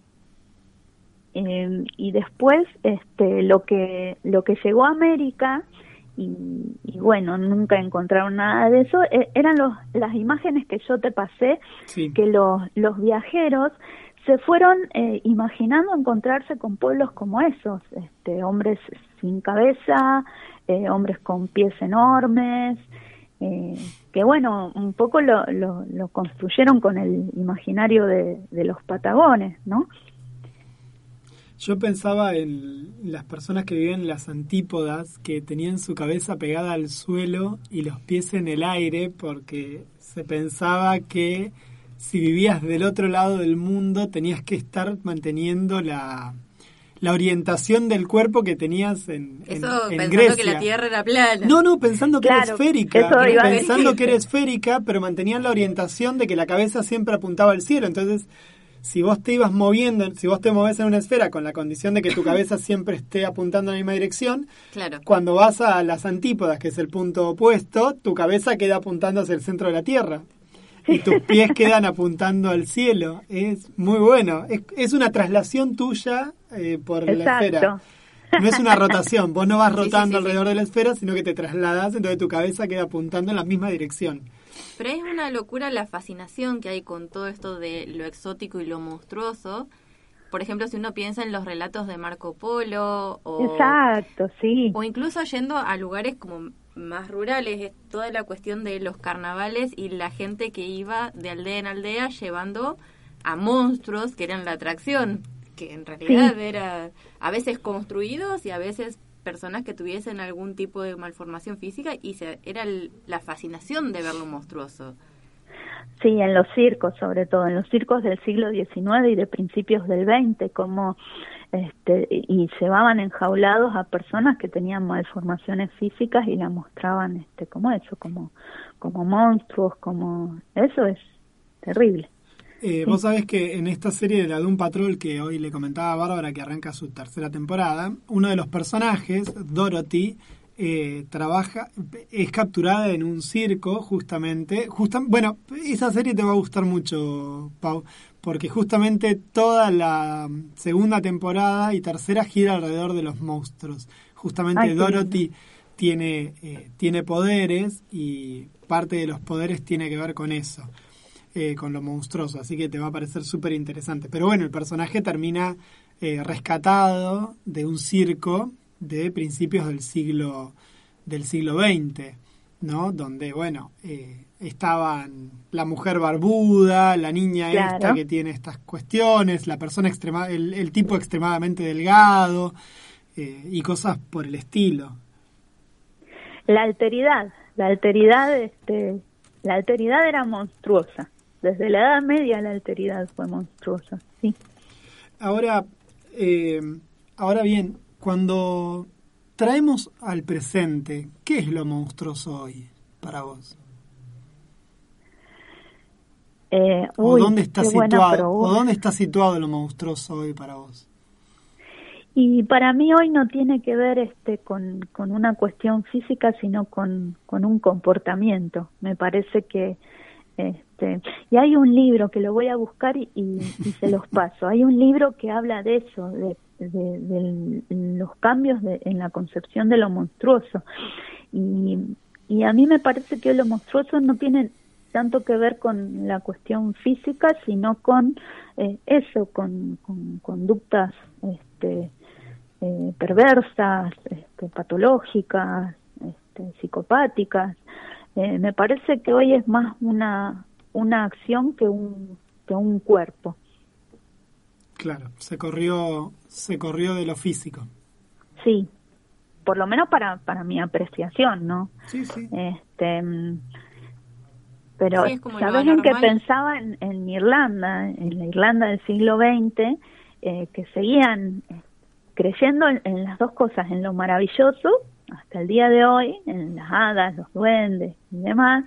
Eh, y después este lo que lo que llegó a América y, y bueno, nunca encontraron nada de eso, eh, eran los las imágenes que yo te pasé, sí. Que los los viajeros se fueron eh, imaginando encontrarse con pueblos como esos, este hombres sin cabeza, eh, hombres con pies enormes, eh, que bueno, un poco lo, lo, lo construyeron con el imaginario de, de los patagones, ¿no? Yo pensaba en las personas que vivían en las antípodas, que tenían su cabeza pegada al suelo y los pies en el aire, porque se pensaba que si vivías del otro lado del mundo tenías que estar manteniendo la, la orientación del cuerpo que tenías en, en, eso, en pensando Grecia. Que la Tierra era plana. No, no, pensando que claro, era esférica. Pensando que era esférica, pero mantenían la orientación de que la cabeza siempre apuntaba al cielo. Entonces, si vos te ibas moviendo, si vos te movés en una esfera con la condición de que tu cabeza siempre esté apuntando en la misma dirección, claro. Cuando vas a las antípodas, que es el punto opuesto, tu cabeza queda apuntando hacia el centro de la Tierra y tus pies quedan apuntando al cielo. Es muy bueno. Es, es una traslación tuya eh, por Exacto. la esfera. No es una rotación. Vos no vas rotando sí, sí, sí, alrededor sí. de la esfera, sino que te trasladas, entonces tu cabeza queda apuntando en la misma dirección. Pero es una locura la fascinación que hay con todo esto de lo exótico y lo monstruoso. Por ejemplo, si uno piensa en los relatos de Marco Polo o, Exacto, sí. o incluso yendo a lugares como más rurales, es toda la cuestión de los carnavales y la gente que iba de aldea en aldea llevando a monstruos que eran la atracción, que en realidad sí. Era a veces construidos y a veces personas que tuviesen algún tipo de malformación física y se, era el, la fascinación de ver lo monstruoso. Sí, en los circos, sobre todo, en los circos del siglo diecinueve y de principios del veinte, como este, y llevaban enjaulados a personas que tenían malformaciones físicas y las mostraban este, como eso, como, como monstruos, como eso es terrible. Eh, sí. Vos sabés que en esta serie de la Doom Patrol, que hoy le comentaba a Bárbara que arranca su tercera temporada, uno de los personajes, Dorothy, eh, trabaja, es capturada en un circo, justamente. Justa, bueno, esa serie te va a gustar mucho, Pau, porque justamente toda la segunda temporada y tercera gira alrededor de los monstruos. Justamente Ay, Dorothy tiene, eh, tiene poderes y parte de los poderes tiene que ver con eso. Eh, con lo monstruoso, así que te va a parecer súper interesante. Pero bueno, el personaje termina eh, rescatado de un circo de principios del siglo del siglo veinte, ¿no? Donde, bueno, eh, estaban la mujer barbuda, la niña claro. esta que tiene estas cuestiones, la persona extrema, el, el tipo extremadamente delgado eh, y cosas por el estilo. La alteridad, la alteridad, este la alteridad era monstruosa. Desde la Edad Media la alteridad fue monstruosa, sí. Ahora, eh, ahora bien, cuando traemos al presente, ¿qué es lo monstruoso hoy para vos? Eh, ¿O uy, dónde está qué buena situado? pregunta. ¿O dónde está situado lo monstruoso hoy para vos? Y para mí hoy no tiene que ver este con, con una cuestión física, sino con, con un comportamiento. Me parece que este y hay un libro que lo voy a buscar y, y, y se los paso. Hay un libro que habla de eso, de, de, de los cambios de, en la concepción de lo monstruoso. Y, y a mí me parece que lo monstruoso no tiene tanto que ver con la cuestión física, sino con eh, eso, con, con conductas este, eh, perversas, este, patológicas, este, psicopáticas. Eh, me parece que hoy es más una una acción que un que un cuerpo. Claro, se corrió se corrió de lo físico. Sí, por lo menos para para mi apreciación, ¿no? Sí, sí. Este, pero sí, ¿sabes en qué pensaba? En, en Irlanda, en la Irlanda del siglo veinte, eh, que seguían creyendo en, en las dos cosas, en lo maravilloso, hasta el día de hoy, en las hadas, los duendes y demás,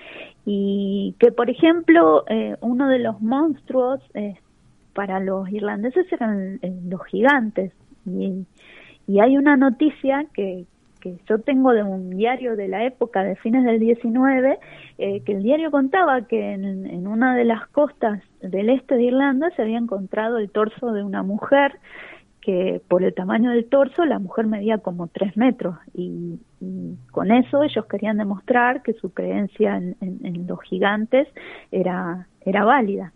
y que, por ejemplo, eh, uno de los monstruos eh, para los irlandeses eran eh, los gigantes, y, y hay una noticia que, que yo tengo de un diario de la época de fines del diecinueve, eh, que el diario contaba que en, en una de las costas del este de Irlanda se había encontrado el torso de una mujer, que por el tamaño del torso la mujer medía como tres metros, y, y con eso ellos querían demostrar que su creencia en, en, en los gigantes era, era válida.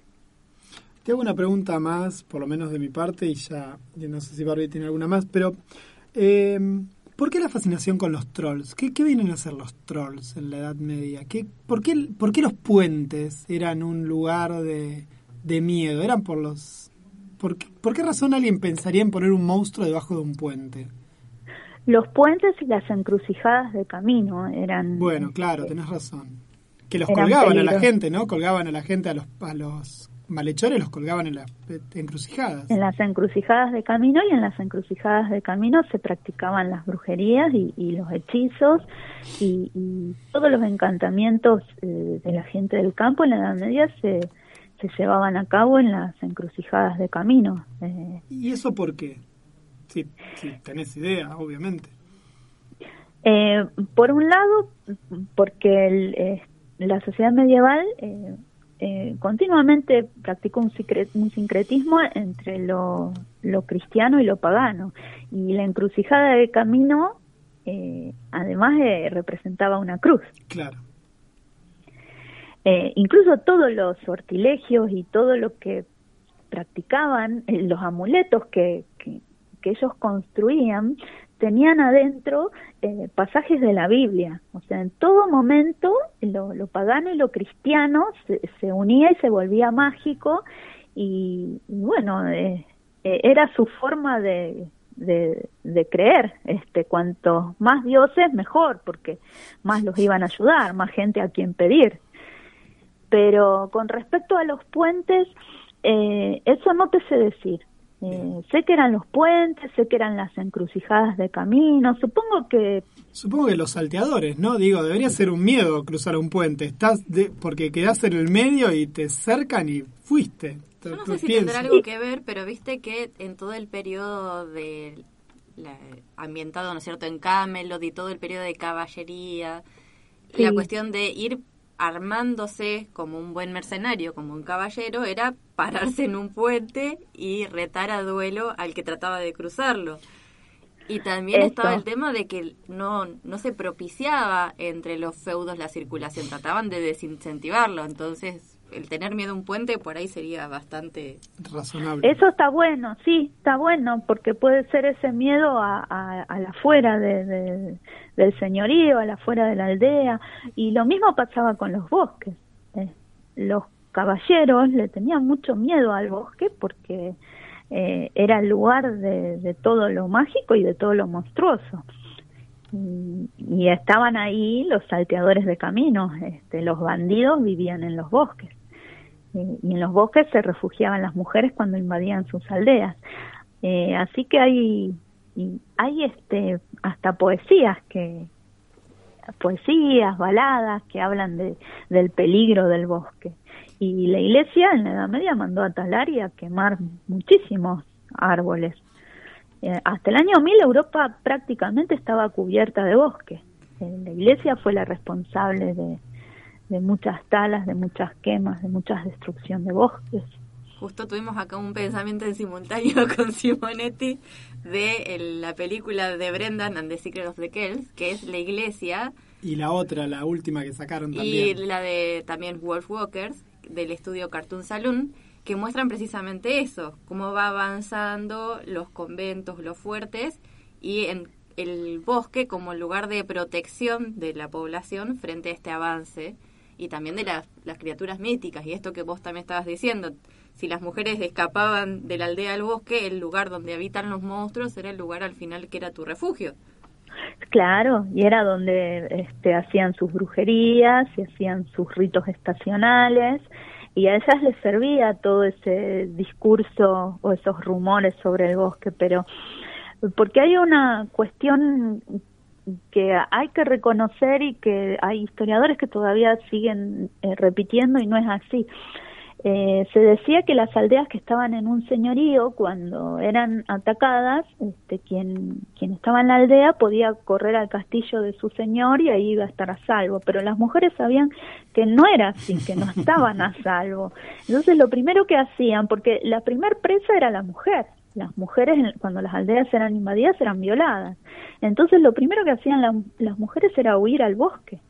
Te hago una pregunta más, por lo menos de mi parte, y ya yo no sé si Barbie tiene alguna más, pero eh, ¿por qué la fascinación con los trolls? ¿Qué, qué vienen a hacer los trolls en la Edad Media? ¿Qué, por, qué, ¿Por qué los puentes eran un lugar de, de miedo? ¿Eran por los...? ¿Por qué, ¿Por qué razón alguien pensaría en poner un monstruo debajo de un puente? Los puentes y las encrucijadas de camino eran... Bueno, claro, tenés razón. Que los eran colgaban peligros. a la gente, ¿no? Colgaban a la gente, a los, a los malhechores, los colgaban en las encrucijadas. En las encrucijadas de camino, y en las encrucijadas de camino se practicaban las brujerías y, y los hechizos y, y todos los encantamientos eh, de la gente del campo en la Edad Media se... se llevaban a cabo en las encrucijadas de camino. Eh, ¿Y eso por qué? Si, si tenés idea, obviamente. eh, por un lado, porque el, eh, la sociedad medieval eh, eh, continuamente practicó un, secret, un sincretismo entre lo, lo cristiano y lo pagano. Y la encrucijada de camino, eh, además, eh, representaba una cruz. Claro. Eh, incluso todos los sortilegios y todo lo que practicaban, eh, los amuletos que, que, que ellos construían, tenían adentro eh, pasajes de la Biblia. O sea, en todo momento lo, lo pagano y lo cristiano se, se unía y se volvía mágico, y, y bueno, eh, eh, era su forma de, de, de creer. Este, cuantos más dioses, mejor, porque más los iban a ayudar, más gente a quien pedir. Pero con respecto a los puentes, eh, eso no te sé decir. Eh, sé que eran los puentes, sé que eran las encrucijadas de camino, supongo que... Supongo que los salteadores, ¿no? Digo, debería ser un miedo cruzar un puente, estás de, porque quedás en el medio y te cercan y fuiste. Yo no sé si tendrá algo que ver, pero viste que en todo el periodo de la, ambientado, ¿no es cierto?, en Camelot y todo el periodo de caballería, sí. La cuestión de ir armándose como un buen mercenario, como un caballero, era pararse en un puente y retar a duelo al que trataba de cruzarlo. Y también Esto. estaba el tema de que no no se propiciaba entre los feudos la circulación, trataban de desincentivarlo, entonces el tener miedo a un puente por ahí sería bastante razonable. Eso está bueno, sí, está bueno, porque puede ser ese miedo a, a, a la fuera de, de, del señorío, a la fuera de la aldea, y lo mismo pasaba con los bosques. Eh, los caballeros le tenían mucho miedo al bosque porque eh, era el lugar de, de todo lo mágico y de todo lo monstruoso. y, y estaban ahí los salteadores de caminos, este, los bandidos vivían en los bosques, eh, y en los bosques se refugiaban las mujeres cuando invadían sus aldeas. Eh, así que hay, hay este, hasta poesías que poesías, baladas que hablan de, del peligro del bosque. Y la iglesia en la Edad Media mandó a talar y a quemar muchísimos árboles. Eh, hasta el año mil Europa prácticamente estaba cubierta de bosque. Eh, la iglesia fue la responsable de, de muchas talas, de muchas quemas, de mucha destrucción de bosques. Justo tuvimos acá un pensamiento en simultáneo con Simonetti de el, la película de Brendan and the Secret of the Kells, que es la iglesia. Y la otra, la última que sacaron también. Y la de también Wolfwalkers, del estudio Cartoon Saloon, que muestran precisamente eso, cómo va avanzando los conventos, los fuertes, y en el bosque como lugar de protección de la población frente a este avance, y también de las, las criaturas míticas, y esto que vos también estabas diciendo. Si las mujeres escapaban de la aldea al bosque, el lugar donde habitan los monstruos era el lugar al final que era tu refugio. Claro, y era donde este, hacían sus brujerías y hacían sus ritos estacionales, y a ellas les servía todo ese discurso o esos rumores sobre el bosque, pero porque hay una cuestión que hay que reconocer y que hay historiadores que todavía siguen eh, repitiendo, y no es así. Eh, se decía que las aldeas que estaban en un señorío, cuando eran atacadas, este, quien, quien estaba en la aldea podía correr al castillo de su señor y ahí iba a estar a salvo, pero las mujeres sabían que no era así, que no estaban a salvo. Entonces lo primero que hacían, porque la primer presa era la mujer, las mujeres cuando las aldeas eran invadidas eran violadas, entonces lo primero que hacían la, las mujeres era huir al bosque.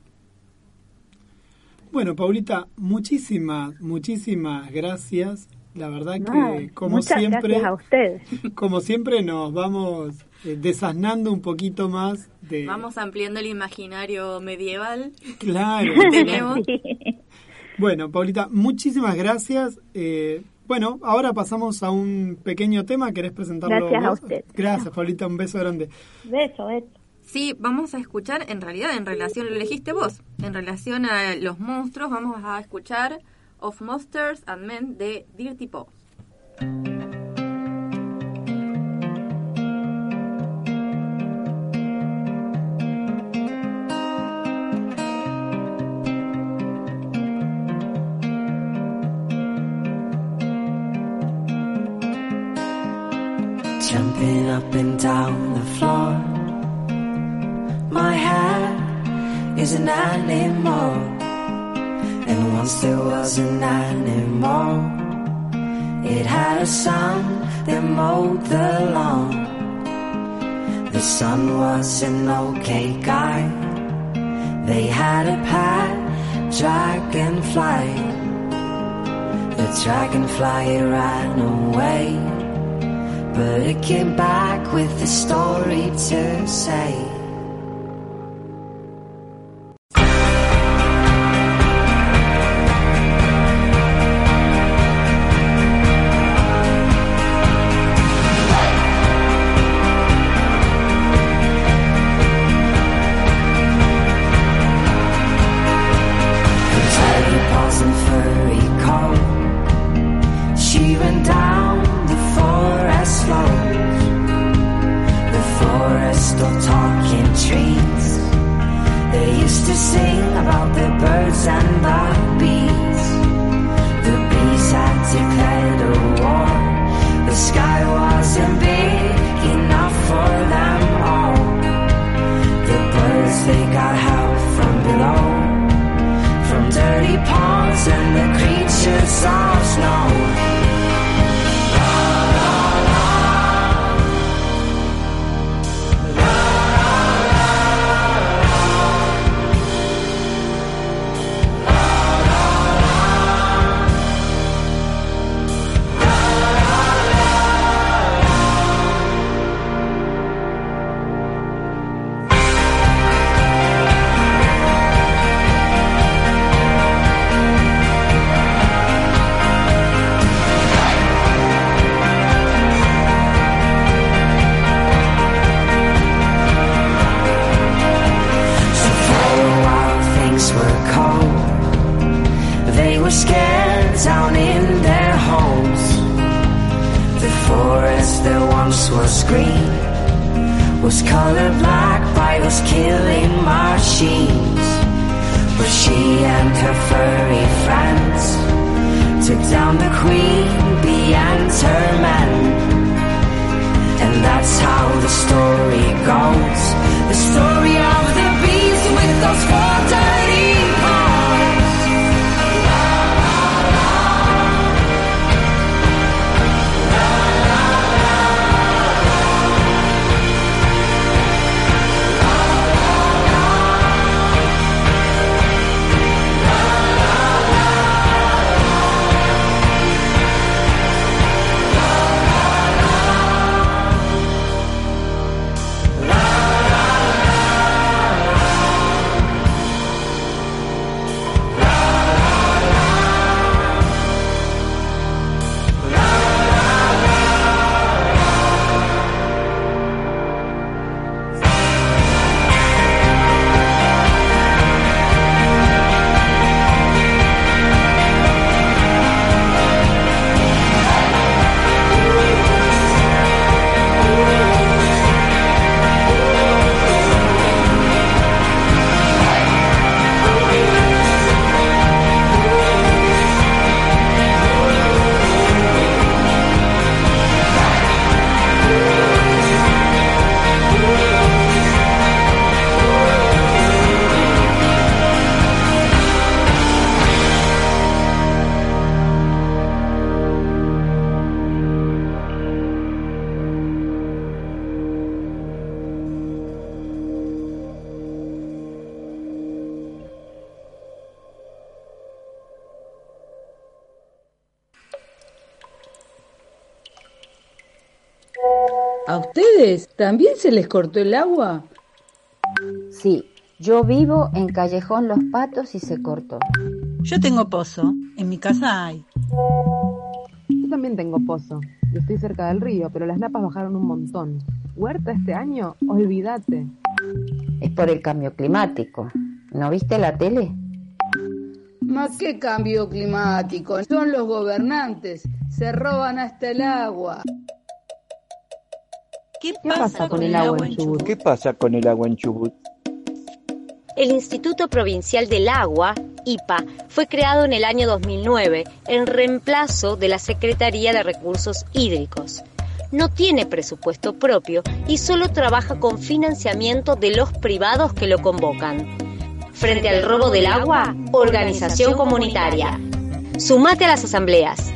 Bueno, Paulita, muchísimas, muchísimas gracias. La verdad que, no, como muchas siempre, gracias a ustedes. Como siempre, nos vamos eh, desasnando un poquito más de. Vamos ampliando el imaginario medieval. Claro. Que tenemos. Sí. Bueno, Paulita, muchísimas gracias. Eh, bueno, ahora pasamos a un pequeño tema. ¿Querés presentarlo Gracias vos? a usted. Gracias, Paulita. Un beso grande. Beso, beso. Sí, vamos a escuchar, en realidad, en relación, lo elegiste vos, en relación a los monstruos, vamos a escuchar Of Monsters and Men de Dirty Paws. Jumping up and down the floor, my hair is an animal, and once there was an animal. It had a son that mowed the lawn. The son was an okay guy. They had a pet dragonfly. The dragonfly it ran away, but it came back with a story to say. were scared down in their homes. The forest that once was green was colored black by those killing machines. But she and her furry friends took down the queen, bee and her men. And that's how the story goes. The story of the bees with those four dirty paws. ¿A ustedes también se les cortó el agua? Sí, yo vivo en Callejón Los Patos y se cortó. Yo tengo pozo, en mi casa hay. Yo también tengo pozo, y estoy cerca del río, pero las napas bajaron un montón. Huerta este año, olvídate. Es por el cambio climático. ¿No viste la tele? ¿Más qué cambio climático? Son los gobernantes, se roban hasta el agua. ¿Qué ¿Qué pasa con el agua en Chubut? ¿Qué pasa con el agua en Chubut? El Instituto Provincial del Agua, I P A, fue creado en el año dos mil nueve en reemplazo de la Secretaría de Recursos Hídricos. No tiene presupuesto propio y solo trabaja con financiamiento de los privados que lo convocan. Frente al robo del agua, organización comunitaria. Sumate a las asambleas.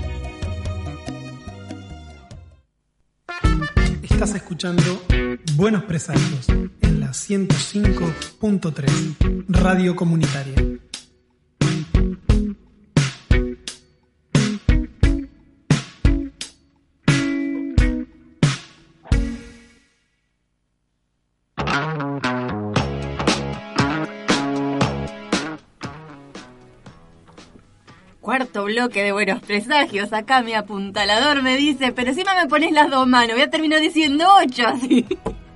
Estás escuchando Buenos Presagios en la ciento cinco punto tres, Radio Comunitaria. Cuarto bloque de Buenos Presagios. Acá mi apuntalador me dice, pero encima me pones las dos manos, voy a terminar diciendo ocho así.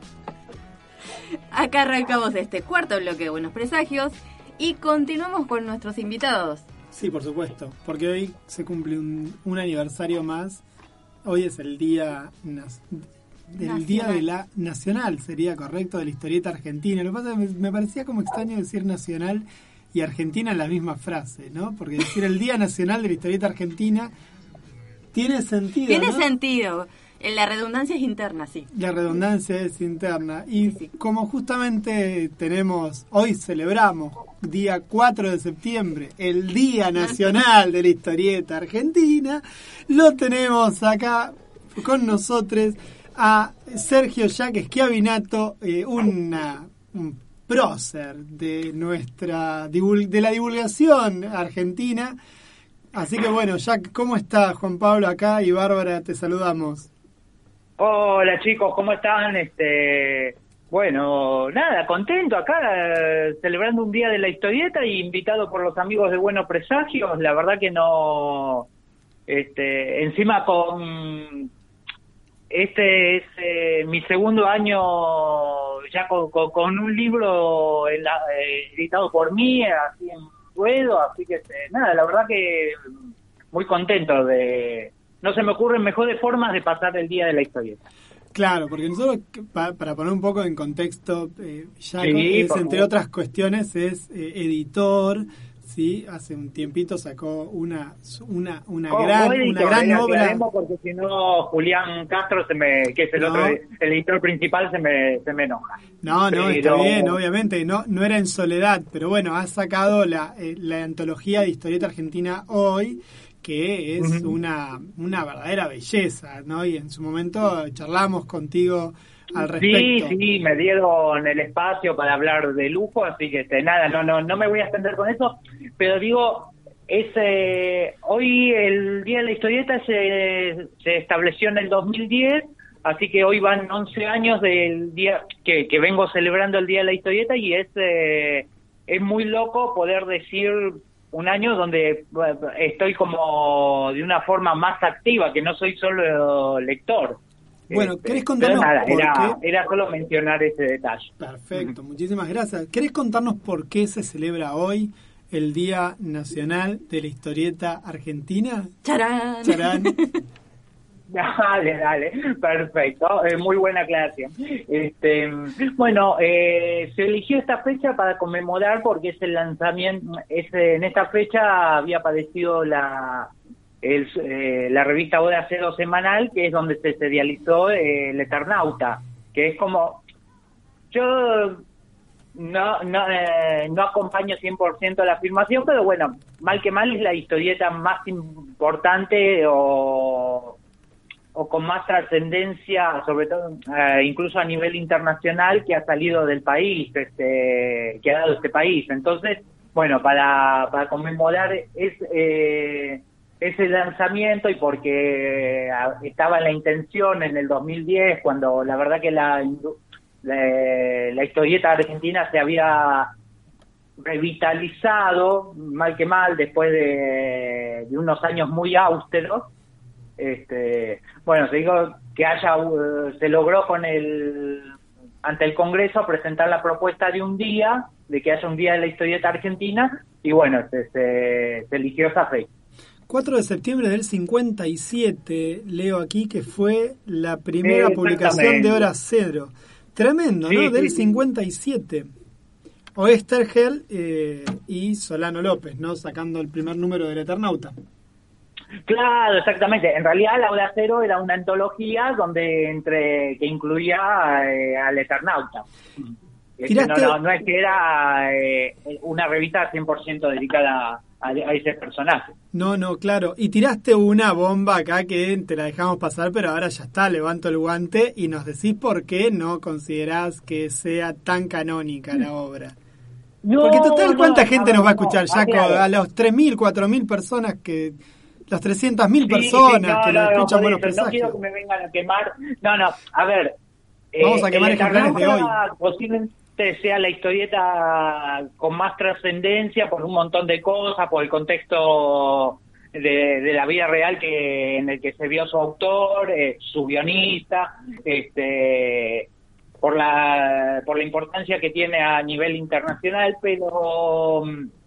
Acá arrancamos este cuarto bloque de Buenos Presagios y continuamos con nuestros invitados. Sí, por supuesto, porque hoy se cumple un, un aniversario más. Hoy es el día nas, del nacional. Día de la Nacional, sería correcto, de la historieta argentina. Lo que pasa es que me, me parecía como extraño decir nacional y Argentina en la misma frase, ¿no? Porque decir el Día Nacional de la Historieta Argentina tiene sentido, Tiene ¿no? sentido. La redundancia es interna, sí. La redundancia es interna. Y sí, como justamente tenemos, hoy celebramos, día cuatro de septiembre, el Día Nacional de la Historieta Argentina, lo tenemos acá con nosotros a Sergio Jacques Schiavinato, eh, una... un prócer de nuestra de la divulgación argentina. Así que bueno, Jack, ¿cómo estás? Juan Pablo acá y Bárbara, te saludamos. Hola chicos, ¿cómo están? Este, bueno, nada, contento acá, eh, celebrando un día de la historieta y invitado por los amigos de Buenos Presagios. La verdad que no, este, encima con este es eh, mi segundo año ya con, con, con un libro en la, eh, editado por mí, así en puedo, así que este, nada, la verdad que muy contento de... No se me ocurren mejores formas de pasar el día de la historieta. Claro, porque nosotros, pa, para poner un poco en contexto, eh, Jaco Sí, es, por entre favor. otras cuestiones, es eh, editor, ¿sí? Hace un tiempito sacó una una una Como gran editor, una gran eh, obra. aclaremos, porque si no Julián Castro, se me, que es el No. otro, el editor principal, se me, se me enoja. No, no, Pero- está bien, obviamente, no no era en soledad, pero bueno, ha sacado la, eh, la antología de historieta argentina hoy, que es Ujú. una una verdadera belleza, ¿no? Y en su momento charlamos contigo al Sí, respecto. sí, me dieron el espacio para hablar de lujo, así que este, nada, no, no, no me voy a extender con eso, pero digo, es, eh, hoy el Día de la Historieta se, se estableció en el dos mil diez, así que hoy van once años del día que, que vengo celebrando el Día de la Historieta, y es, eh, es muy loco poder decir un año donde bueno, estoy como de una forma más activa, que no soy solo lector. Bueno, Este, ¿querés pero contarnos nada, por era, qué? era solo mencionar ese detalle. Perfecto, muchísimas gracias. ¿Querés contarnos por qué se celebra hoy el Día Nacional de la Historieta Argentina? ¡Charán! Charán. Dale, dale, perfecto, eh, muy buena aclaración. Este, bueno, eh, se eligió esta fecha para conmemorar porque es el lanzamiento, es, eh, en esta fecha había aparecido la el, eh, la revista Hora Cero semanal, que es donde se serializó eh, el Eternauta, que es como, yo no no eh, no acompaño cien por ciento la afirmación, pero bueno, mal que mal es la historieta más importante o o con más trascendencia, sobre todo eh, incluso a nivel internacional, que ha salido del país, este, que ha dado este país. Entonces, bueno, para, para conmemorar es, eh, ese lanzamiento, y porque eh, estaba en la intención en el dos mil diez, cuando la verdad que la, la, la historieta argentina se había revitalizado, mal que mal, después de, de unos años muy austeros. Este, bueno, se digo que haya uh, se logró con el ante el Congreso presentar la propuesta de un día, de que haya un día de la historieta argentina, y bueno, se, se, se eligió esa fecha. cuatro de septiembre del cincuenta y siete, leo aquí que fue la primera publicación de Hora Cero. Tremendo, ¿no? Sí, Del sí, sí. cincuenta y siete. Oestergel eh, y Solano López, ¿no? Sacando el primer número del Eternauta. Claro, exactamente. En realidad la Hora Cero era una antología donde entre que incluía eh, al Eternauta. Este, no, Tiraste- no, no es que era eh, una revista cien por ciento dedicada a, a ese personaje. No, no, claro. Y tiraste una bomba acá que te la dejamos pasar, pero ahora ya está, levanto el guante y nos decís por qué no considerás que sea tan canónica la obra. No, Porque total, ¿cuánta no, gente a nos va a ver, escuchar, no, Jaco? aclaro. A los tres mil, cuatro mil personas que... Las trescientas mil Sí, personas sí, no, que no, lo no, escuchan por Buenos eso, no quiero Presagios. que me vengan a quemar. No, no, a ver. Vamos a quemar el ejemplares de Eternauta posiblemente sea la historieta con más trascendencia por un montón de cosas, por el contexto de, de la vida real que en el que se vio su autor, eh, su guionista, este, por la por la importancia que tiene a nivel internacional, pero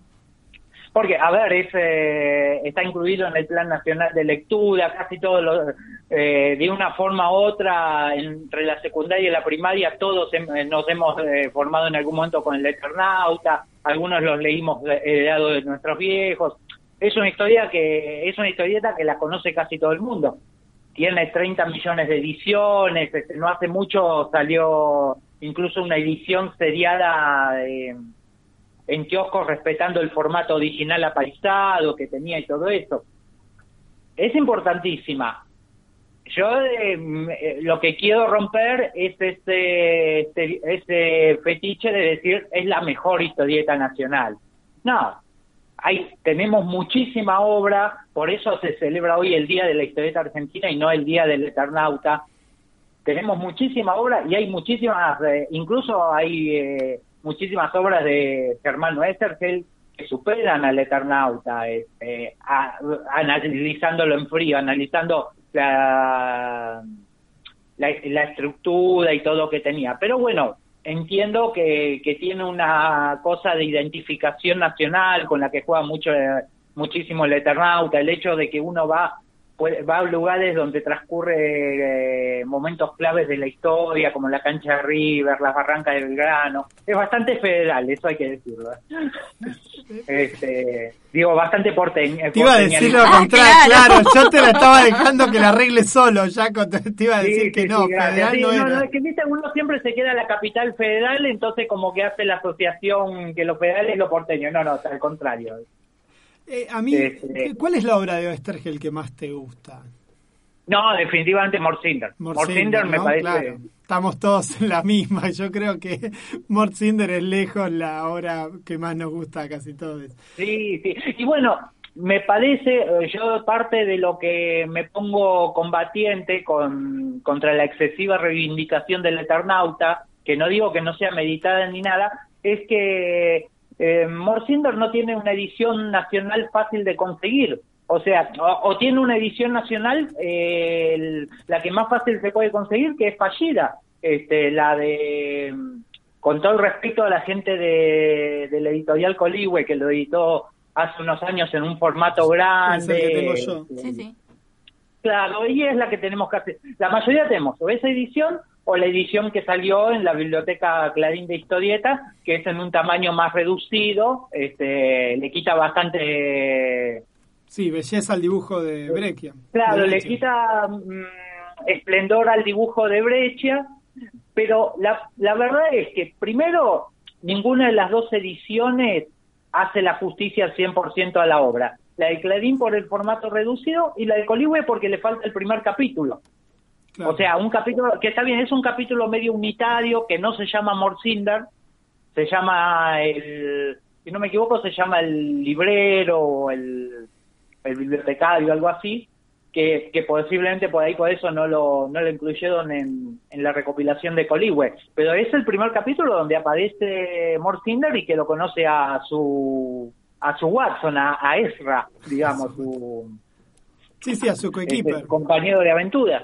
porque, a ver, es, eh, está incluido en el Plan Nacional de Lectura, casi todo, lo, eh, de una forma u otra, entre la secundaria y la primaria, todos hem- nos hemos eh, formado en algún momento con el Eternauta, algunos los leímos heredado de nuestros viejos. Es una historia que es una historieta que la conoce casi todo el mundo. Tiene treinta millones de ediciones, este, no hace mucho salió incluso una edición seriada eh, en kioscos respetando el formato original apaisado que tenía y todo eso. Es importantísima. Yo eh, lo que quiero romper es ese, ese, ese fetiche de decir es la mejor historieta nacional. No, hay, tenemos muchísima obra, por eso se celebra hoy el Día de la Historieta Argentina y no el Día del Eternauta. Tenemos muchísima obra y hay muchísimas, eh, incluso hay... Eh, muchísimas obras de Germán Oestergel que superan al Eternauta, eh, eh, a, analizándolo en frío, analizando la, la, la estructura y todo lo que tenía. Pero bueno, entiendo que, que tiene una cosa de identificación nacional con la que juega mucho eh, muchísimo el Eternauta, el hecho de que uno va puede, va a lugares donde transcurre eh, momentos claves de la historia, como la cancha de River, las barrancas de Belgrano. Es bastante federal, eso hay que decirlo. Este, digo, bastante porteño. Te iba a decir lo contrario, ah, claro. claro, yo te la estaba dejando que la arregle solo, ya te iba a decir sí, que sí, no, sí, federal sí, no, no era. No, es que viste, uno siempre se queda en la capital federal, entonces como que hace la asociación que lo federal es lo porteño. No, no, al contrario. Eh, a mí, este, ¿cuál es la obra de Oesterheld que más te gusta? No, definitivamente Mortcinder. Mortcinder me ¿no? parece... Claro. Estamos todos en la misma. Yo creo que Mortcinder es lejos la obra que más nos gusta a casi todos. Sí, sí. Y bueno, me parece, yo parte de lo que me pongo combatiente con contra la excesiva reivindicación del Eternauta, que no digo que no sea meditada ni nada, es que eh, Mortcinder no tiene una edición nacional fácil de conseguir. O sea, o, o tiene una edición nacional, eh, el, la que más fácil se puede conseguir, que es fallida. Este, la de, con todo el respeto a la gente de, de la editorial Coligüe, que lo editó hace unos años en un formato grande. Es el que tengo yo. Eh, sí, sí. Claro, y es la que tenemos que hacer. La mayoría tenemos o esa edición o la edición que salió en la biblioteca Clarín de Historietas, que es en un tamaño más reducido, este, le quita bastante... Sí, belleza al dibujo de Breccia. Claro, de le quita mmm, esplendor al dibujo de Breccia, pero la, la verdad es que, primero, ninguna de las dos ediciones hace la justicia al cien por ciento a la obra. La de Clarín por el formato reducido y la de Coligüe porque le falta el primer capítulo. Claro. O sea, un capítulo que está bien, es un capítulo medio unitario que no se llama Mortcinder, se llama el, si no me equivoco, se llama el librero o el, el bibliotecario, algo así, que, que posiblemente por ahí por eso no lo, no lo incluyeron en, en la recopilación de Coligüe. Pero es el primer capítulo donde aparece Mortcinder y que lo conoce a su a su Watson, a, a Ezra, digamos, su sí, sí, a su coequiper, este, compañero de aventura.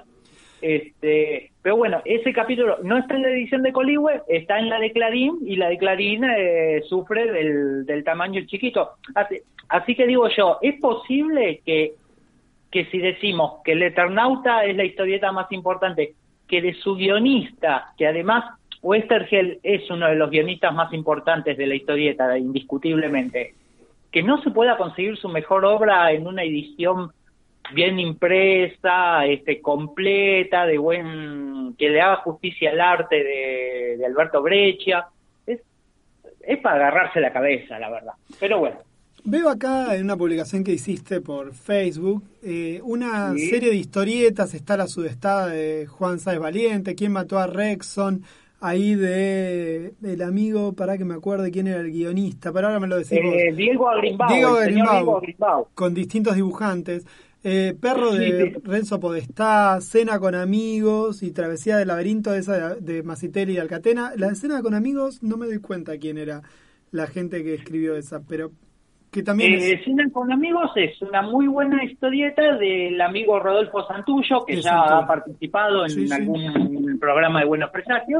Este, pero bueno, ese capítulo no está en la edición de Coligüe, está en la de Clarín, y la de Clarín eh, sufre del, del tamaño chiquito. Así, así que digo yo, es posible que, que si decimos que el Eternauta es la historieta más importante, que de su guionista, que además Oesterheld es uno de los guionistas más importantes de la historieta, indiscutiblemente, que no se pueda conseguir su mejor obra en una edición bien impresa, este, completa, de buen, que le haga justicia al arte de, de Alberto Breccia, es, es para agarrarse la cabeza, la verdad. Pero bueno. Veo acá en una publicación que hiciste por Facebook, eh, una sí. serie de historietas, está La Sudestada de Juan Sáez Valiente, ¿Quién mató a Rexon? Ahí de el amigo, para que me acuerde quién era el guionista, pero ahora me lo decís vos. Eh, Diego Agrimbau, Diego el señor Agrimbau, Diego Agrimbau, con distintos dibujantes. Eh, Perro de sí. Renzo Podestá, Cena con amigos y Travesía del laberinto, esa de, de Masitelli y Alcatena. La de Cena con amigos no me doy cuenta quién era la gente que escribió esa, pero que también eh, es... Cena con amigos es una muy buena historieta del amigo Rodolfo Santullo, que es ya Santullo. ha participado en sí, algún sí. programa de Buenos Presagios.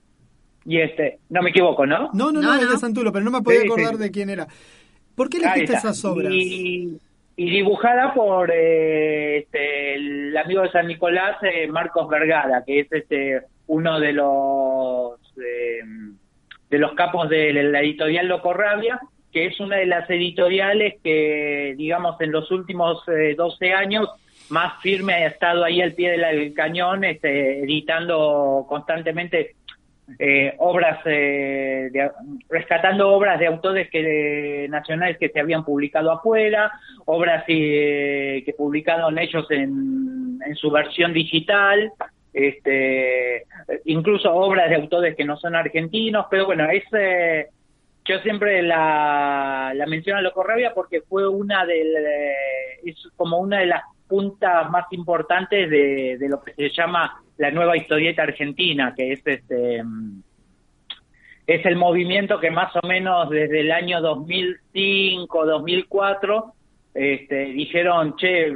Y este, no me equivoco, ¿no? No, no, no, no es de Santullo, pero no me podía sí, acordar sí. de quién era. ¿Por qué elegiste esas obras? Y... y dibujada por eh, este, el amigo de San Nicolás, eh, Marcos Vergara, que es este uno de los eh, de los capos de la editorial Locorrabia, que es una de las editoriales que, digamos, en los últimos eh, doce años más firme ha estado ahí al pie del cañón, este, editando constantemente Eh, obras, eh, de, rescatando obras de autores que de, nacionales que se habían publicado afuera, obras eh, que publicaron ellos en, en su versión digital, este, incluso obras de autores que no son argentinos, pero bueno, es eh, yo siempre la, la menciono a Locorrabia porque fue una de, es como una de las puntas más importantes de, de lo que se llama la nueva historieta argentina, que es este es el movimiento que más o menos desde el año dos mil cinco, dos mil cuatro este, dijeron, che,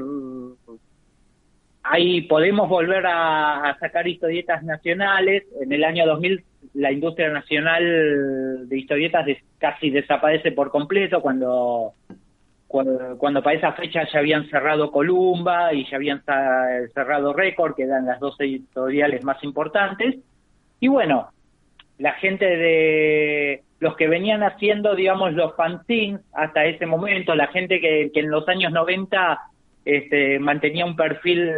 ahí podemos volver a, a sacar historietas nacionales. En el año dos mil la industria nacional de historietas des, casi desaparece por completo cuando, cuando cuando para esa fecha ya habían cerrado Columba y ya habían cerrado Récord, que eran las dos editoriales más importantes. Y bueno, la gente de los que venían haciendo, digamos, los fanzines hasta ese momento, la gente que, que en los años noventa este, mantenía un perfil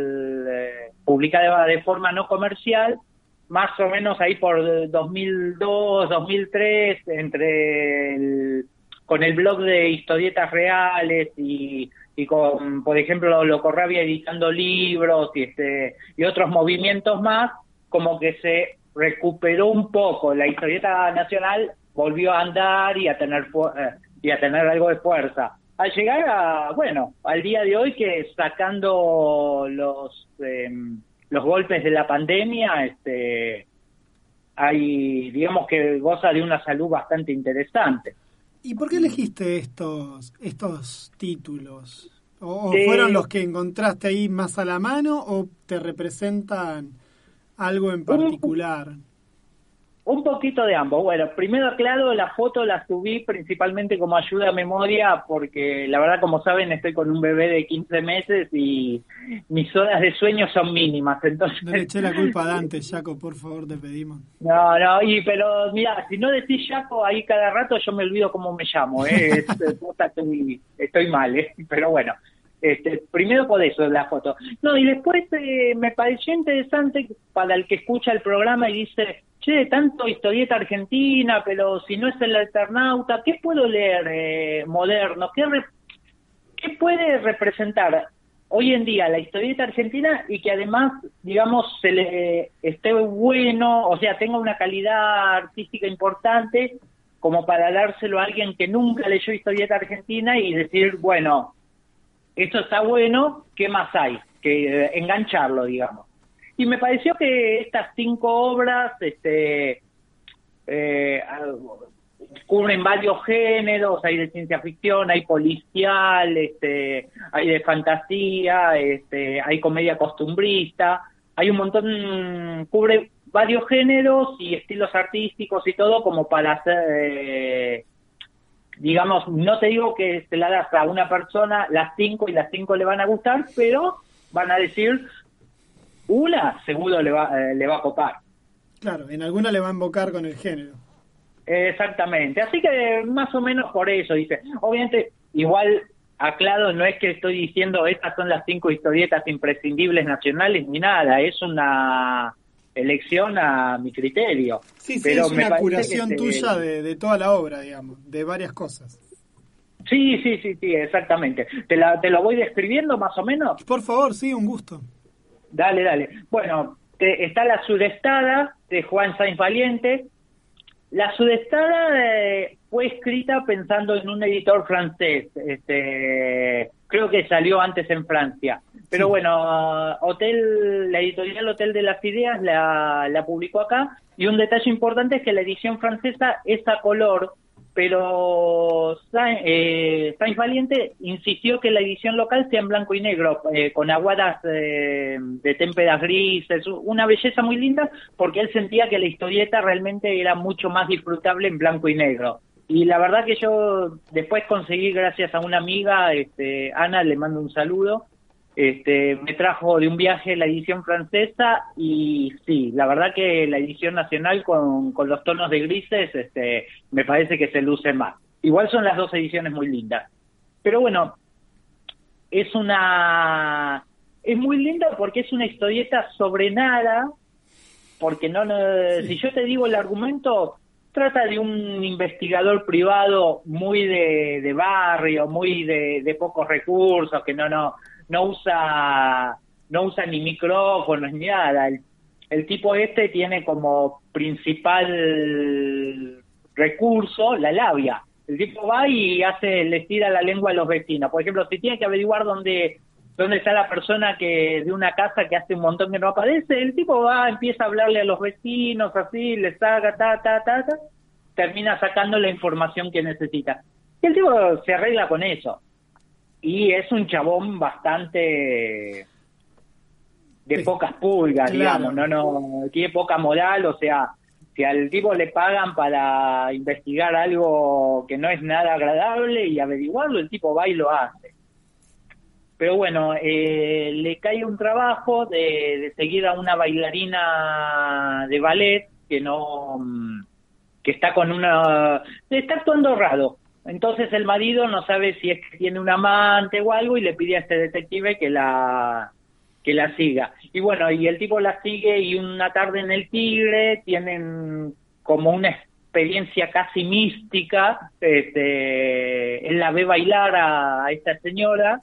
eh, publicado de forma no comercial, más o menos ahí por dos mil dos, dos mil tres, entre el, con el blog de historietas reales y, y con, por ejemplo, Locorrabia editando libros y, este, y otros movimientos más, como que se recuperó un poco, la historieta nacional volvió a andar y a tener fu- eh, y a tener algo de fuerza. Al llegar a, bueno, al día de hoy que sacando los eh, los golpes de la pandemia, este hay, digamos que goza de una salud bastante interesante. ¿Y por qué elegiste estos estos títulos? ¿O, o Eh, fueron los que encontraste ahí más a la mano o te representan algo en particular? Un poquito de ambos. Bueno, primero aclaro, la foto la subí principalmente como ayuda a memoria porque la verdad, como saben, estoy con un bebé de quince meses y mis horas de sueño son mínimas, entonces... No le eché la culpa a Dante, Jaco, por favor, te pedimos. No, no, y pero mira, si no decís Jaco ahí cada rato yo me olvido cómo me llamo, ¿eh? Es, es, estoy, estoy mal, ¿eh? Pero bueno. Este, primero por eso, la foto. No, y después eh, me pareció interesante para el que escucha el programa y dice, che, tanto historieta argentina, pero si no es el Eternauta, ¿qué puedo leer eh, moderno? ¿Qué, re- ¿Qué puede representar hoy en día la historieta argentina y que además, digamos, se le esté bueno, o sea, tenga una calidad artística importante como para dárselo a alguien que nunca leyó historieta argentina y decir, bueno, esto está bueno, ¿qué más hay? Que eh, engancharlo, digamos. Y me pareció que estas cinco obras este, eh, cubren varios géneros, hay de ciencia ficción, hay policial, este, hay de fantasía, este, hay comedia costumbrista, hay un montón, cubre varios géneros y estilos artísticos y todo como para hacer... Eh, digamos, no te digo que se la das a una persona las cinco y las cinco le van a gustar, pero van a decir una seguro le va eh, le va a copar. Claro, en alguna le va a invocar con el género. Exactamente, así que más o menos por eso, dice. Obviamente, igual aclaro, no es que estoy diciendo estas son las cinco historietas imprescindibles nacionales ni nada, es una elección a mi criterio. Sí, sí, pero es me una curación te... tuya de, de toda la obra, digamos, de varias cosas. Sí, sí, sí, sí, exactamente. ¿Te, la, ¿Te lo voy describiendo más o menos? Por favor, sí, un gusto. Dale, dale. Bueno, te, está La Sudestada, de Juan Sainz Valiente. La Sudestada eh, fue escrita pensando en un editor francés. Este, creo que salió antes en Francia. Pero sí. Bueno, Hotel, la editorial Hotel de las Ideas la, la publicó acá. Y un detalle importante es que la edición francesa es a color, pero Sainz, eh, Sainz Valiente insistió que la edición local sea en blanco y negro, eh, con aguadas eh, de témperas grises, una belleza muy linda, porque él sentía que la historieta realmente era mucho más disfrutable en blanco y negro. Y la verdad que yo después conseguí, gracias a una amiga, este, Ana, le mando un saludo, este, me trajo de un viaje la edición francesa y sí, la verdad que la edición nacional con, con los tonos de grises este, me parece que se luce más. Igual son las dos ediciones muy lindas. Pero bueno, es una... es muy linda porque es una historieta sobre nada, porque no, no sí. Si yo te digo el argumento, trata de un investigador privado muy de, de barrio, muy de, de pocos recursos, que no, no... no usa no usa ni micrófonos ni nada. El, el tipo este tiene como principal recurso la labia. El tipo va y hace le tira la lengua a los vecinos. Por ejemplo, si tiene que averiguar dónde dónde está la persona que de una casa que hace un montón que no aparece, el tipo va, empieza a hablarle a los vecinos, así, les saca, ta, ta, ta, ta, termina sacando la información que necesita. Y el tipo se arregla con eso. Y es un chabón bastante de pocas pulgas, claro. digamos, no no tiene poca moral, o sea, si al tipo le pagan para investigar algo que no es nada agradable y averiguarlo, el tipo va y lo hace. Pero bueno, eh, le cae un trabajo de, de seguir a una bailarina de ballet que no, que está con una, está actuando raro. Entonces el marido no sabe si es que tiene un amante o algo y le pide a este detective que la, que la siga. Y bueno, y el tipo la sigue y una tarde en el Tigre tienen como una experiencia casi mística. Este, él la ve bailar a, a esta señora.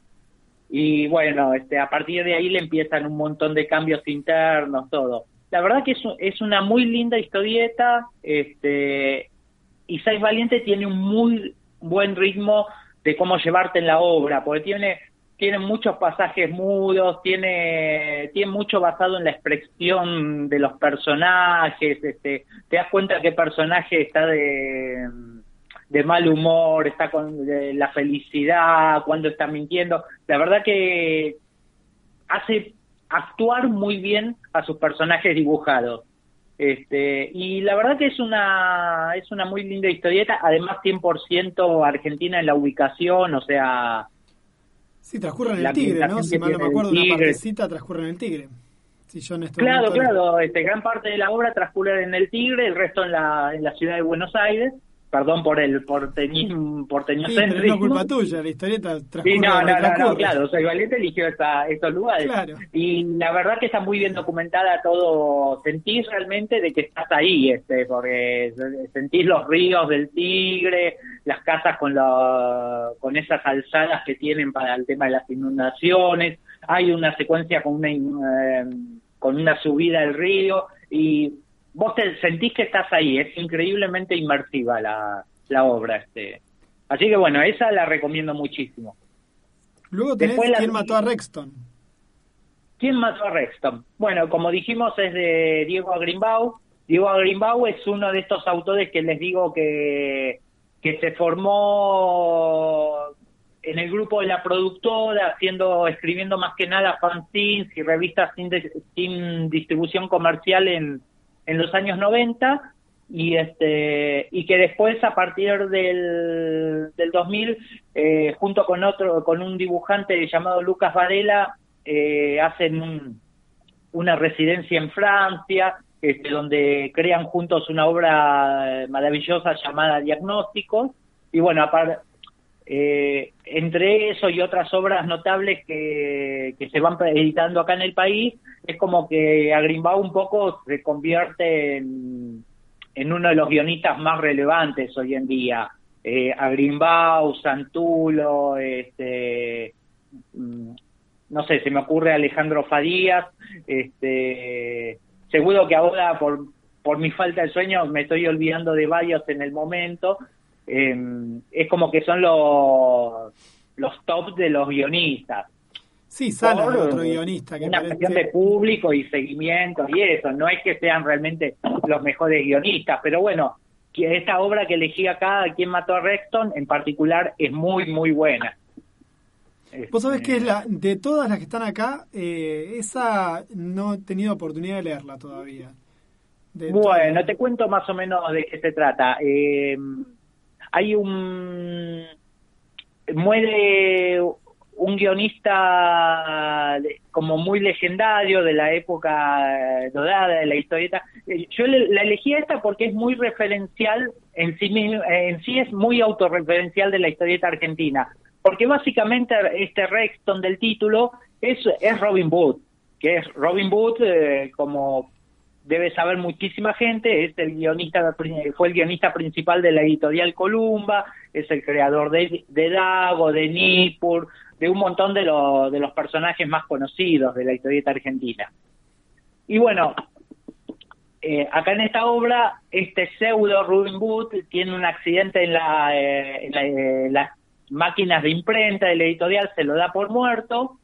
Y bueno, este, a partir de ahí le empiezan un montón de cambios internos, todo. La verdad que es, es una muy linda historieta, este, y Saiz Valiente tiene un muy buen ritmo de cómo llevarte en la obra, porque tiene, tiene muchos pasajes mudos, tiene, tiene mucho basado en la expresión de los personajes, este, te das cuenta qué personaje está de... de mal humor, está con de la felicidad, cuando está mintiendo. La verdad que hace actuar muy bien a sus personajes dibujados. Este, y la verdad que es una es una muy linda historieta, además cien por ciento argentina en la ubicación, o sea... Sí, transcurre en el Tigre, ¿no? Si mal no me acuerdo, una partecita transcurre en el Tigre. Si yo en este claro, momento... claro, este, gran parte de la obra transcurre en el Tigre, el resto en la, en la ciudad de Buenos Aires. Perdón por el porteñismo, porteñocentrismo. Sí, pero no es culpa tuya, la historieta transcurre. Sí, no, no, transcurre. no, no, claro, Saiz Valiente eligió esta, estos lugares. Claro. Y la verdad que está muy bien documentada todo, sentís realmente de que estás ahí, este, porque sentís los ríos del Tigre, las casas con, la, con esas alzadas que tienen para el tema de las inundaciones, hay una secuencia con una, eh, con una subida del río, y vos te sentís que estás ahí, es increíblemente inmersiva la, la obra. este Así que bueno, esa la recomiendo muchísimo. Luego tenés Después ¿Quién la... mató a Rexton? ¿Quién mató a Rexton? Bueno, como dijimos, es de Diego Agrimbau. Diego Agrimbau es uno de estos autores que les digo que, que se formó en el grupo de la productora, haciendo, escribiendo más que nada fanzines y revistas sin, de, sin distribución comercial en en los años noventa, y este y que después a partir del, del dos mil, eh, junto con otro con un dibujante llamado Lucas Varela, eh, hacen un, una residencia en Francia, este, donde crean juntos una obra maravillosa llamada Diagnósticos, y bueno, aparte Eh, entre eso y otras obras notables que, que se van editando acá en el país, es como que Agrimbau un poco se convierte en, en uno de los guionistas más relevantes hoy en día. Eh, Agrimbau, Santulo, este, no sé, se me ocurre Alejandro Fadías, este, seguro que ahora por, por mi falta de sueño me estoy olvidando de varios en el momento. Eh, es como que son los los tops de los guionistas. Sí, sale otro guionista que una parece... cuestión de público y seguimiento y eso, no es que sean realmente los mejores guionistas, pero bueno, que esta obra que elegí acá, ¿Quién mató a Rexton?, en particular es muy muy buena. Vos sabés que es la de todas las que están acá, eh, esa no he tenido oportunidad de leerla todavía. De bueno, todo... te cuento más o menos de qué se trata. Eh, hay un... muere un guionista como muy legendario de la época dorada de la historieta. Yo la elegí esta porque es muy referencial, en sí, en sí es muy autorreferencial de la historieta argentina, porque básicamente este Rexton del título es, es Robin Hood, que es Robin Hood, eh, como debe saber muchísima gente, es el guionista, fue el guionista principal de la editorial Columba, es el creador de, de Dago, de Nippur, de un montón de, lo, de los personajes más conocidos de la historieta argentina. Y bueno, eh, acá en esta obra, este pseudo Robin Hood tiene un accidente en, la, eh, en, la, eh, las máquinas de imprenta de la editorial, se lo da por muerto,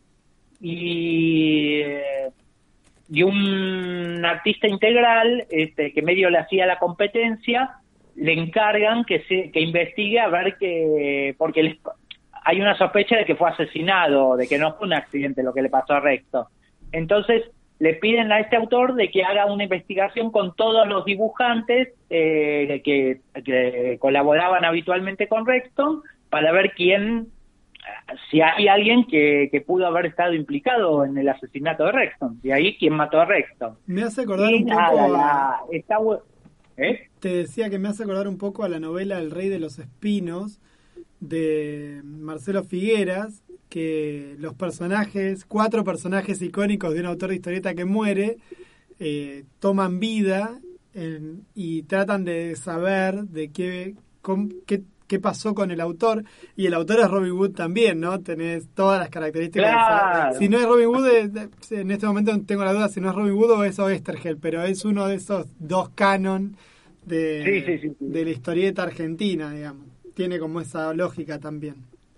y... Eh, y un artista integral, este, que medio le hacía la competencia, le encargan que se, que investigue a ver que, porque les, hay una sospecha de que fue asesinado, de que no fue un accidente lo que le pasó a Rexton. Entonces le piden a este autor de que haga una investigación con todos los dibujantes eh, que, que colaboraban habitualmente con Rexton para ver quién, si hay alguien que, que pudo haber estado implicado en el asesinato de Rexton, y ahí quién mató a Rexton. Me hace acordar y un nada, poco la, a... está, ¿eh? Te decía que me hace acordar un poco a la novela El Rey de los Espinos de Marcelo Figueras, que los personajes, cuatro personajes icónicos de un autor de historieta que muere, eh, toman vida en, y tratan de saber de qué, con, qué qué pasó con el autor, y el autor es Robin Wood también, ¿no? Tenés todas las características. Claro. Si no es Robin Wood, en este momento tengo la duda si no es Robin Wood o es Oesterheld, pero es uno de esos dos canon de, sí, sí, sí, sí. de la historieta argentina, digamos. Tiene como esa lógica también.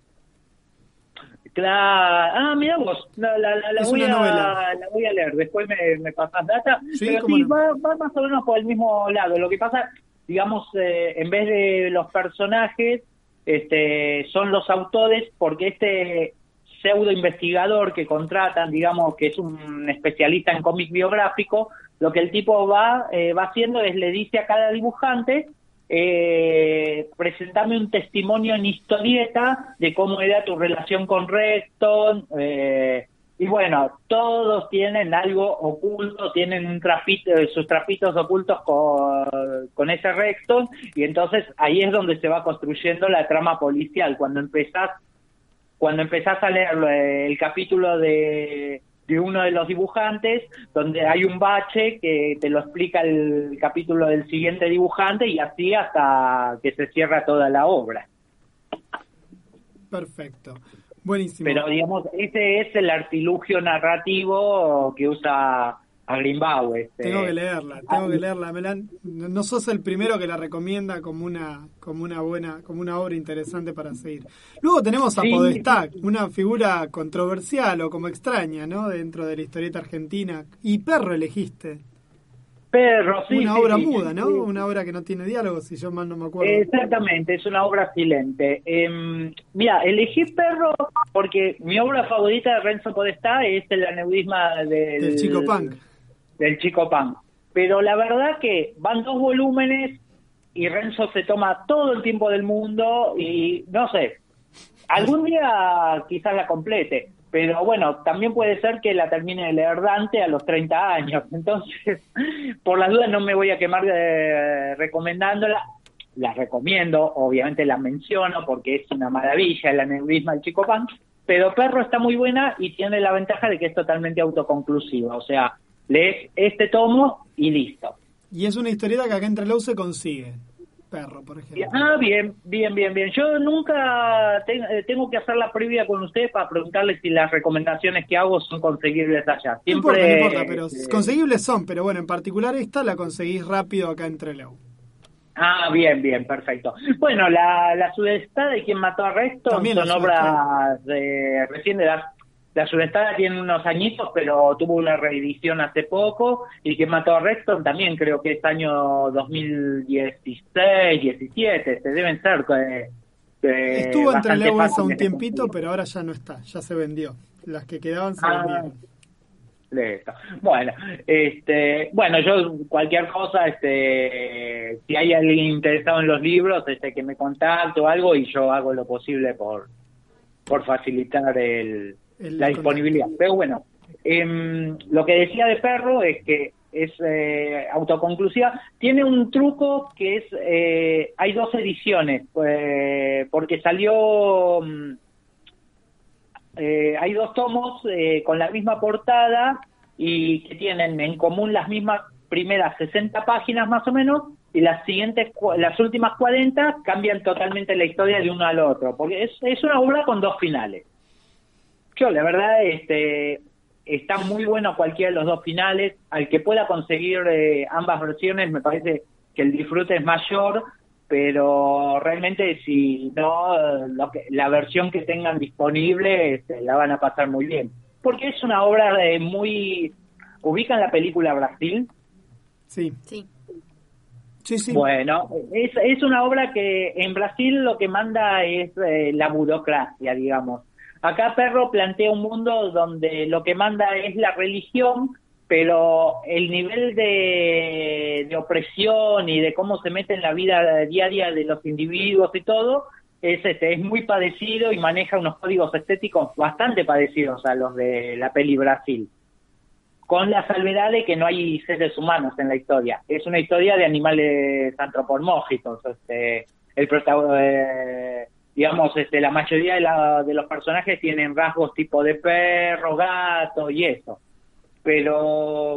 Claro. Ah, mira vos, la, la, la, la, voy a, la voy a leer, después me, me pasás data. Sí, pero sí, no. va, va más o menos por el mismo lado. Lo que pasa, digamos, eh, en vez de los personajes, este, son los autores, porque este pseudo investigador que contratan, digamos, que es un especialista en cómic biográfico, lo que el tipo va, eh, va haciendo es le dice a cada dibujante, eh, presentame un testimonio en historieta de cómo era tu relación con Rexton, eh, y bueno, todos tienen algo oculto, tienen un trapito, sus trapitos ocultos con, con ese Rexton, y entonces ahí es donde se va construyendo la trama policial. Cuando empezás, cuando empezás a leer el capítulo de, de uno de los dibujantes, donde hay un bache que te lo explica el capítulo del siguiente dibujante, y así hasta que se cierra toda la obra. Perfecto. Buenísimo. Pero, digamos, ese es el artilugio narrativo que usa a Greenbaum. Este. Tengo que leerla, tengo que leerla. Melan, no sos el primero que la recomienda como una como una buena, como una obra interesante para seguir. Luego tenemos a sí. Podestá, una figura controversial o como extraña, ¿no? Dentro de la historieta argentina. Y Perro elegiste. Perro, sí. Una sí, obra sí, muda, ¿no? Sí. Una obra que no tiene diálogo, si yo mal no me acuerdo. Exactamente, es una obra silente. Eh, mira, elegí Perro porque mi obra favorita de Renzo Podestá es el aneurisma del, del Chico Punk. Del Chico Punk. Pero la verdad que van dos volúmenes y Renzo se toma todo el tiempo del mundo y no sé, algún día quizás la complete. Pero bueno, también puede ser que la termine de leer Dante a los treinta años. Entonces, por las dudas no me voy a quemar de, recomendándola. La recomiendo, obviamente la menciono porque es una maravilla el aneurisma del Chico Punk. Pero Perro está muy buena y tiene la ventaja de que es totalmente autoconclusiva. O sea, lees este tomo y listo. Y es una historieta que acá entre Low se consigue. Perro, por ejemplo. Ah, bien, bien, bien, bien. Yo nunca te, tengo que hacer la previa con ustedes para preguntarles si las recomendaciones que hago son conseguibles allá. Siempre, no importa, no importa, pero eh, conseguibles son, pero bueno, en particular esta la conseguís rápido acá en Trelew. Ah, bien, bien, perfecto. Bueno, la, la Sudestada de Quien Mató a Rexton también son obras de, recién de las... La Sudestada tiene unos añitos, pero tuvo una reedición hace poco, y Quien Mató a Rexton también creo que es año dos mil dieciséis, diecisiete, se deben ser. Eh, eh, Estuvo entre leguas a un tiempito, pero ahora ya no está, ya se vendió. Las que quedaban se ah, vendieron. Listo. Bueno, este, bueno, yo cualquier cosa, este, si hay alguien interesado en los libros, este, que me contacte o algo, y yo hago lo posible por, por facilitar el El la disponibilidad. Contacto. Pero bueno, eh, lo que decía de Perro es que es eh, autoconclusiva. Tiene un truco que es, eh, hay dos ediciones, eh, porque salió, eh, hay dos tomos eh, con la misma portada y que tienen en común las mismas primeras sesenta páginas más o menos, y las siguientes, las últimas cuarenta cambian totalmente la historia de uno al otro, porque es, es una obra con dos finales. Yo, la verdad, este, está muy bueno cualquiera de los dos finales. Al que pueda conseguir eh, ambas versiones, me parece que el disfrute es mayor, pero realmente si no, lo que, la versión que tengan disponible este, la van a pasar muy bien. Porque es una obra de muy... ¿Ubican la película Brasil? Sí. Sí. Sí, sí. Bueno, es, es una obra que en Brasil lo que manda es eh, la burocracia, digamos. Acá Perro plantea un mundo donde lo que manda es la religión, pero el nivel de, de opresión y de cómo se mete en la vida diaria de los individuos y todo es este es muy parecido y maneja unos códigos estéticos bastante parecidos a los de la peli Brasil, con la salvedad de que no hay seres humanos en la historia. Es una historia de animales antropomórficos. Este, el protagonista, digamos, este, la mayoría de, la, de los personajes tienen rasgos tipo de perro, gato y eso. Pero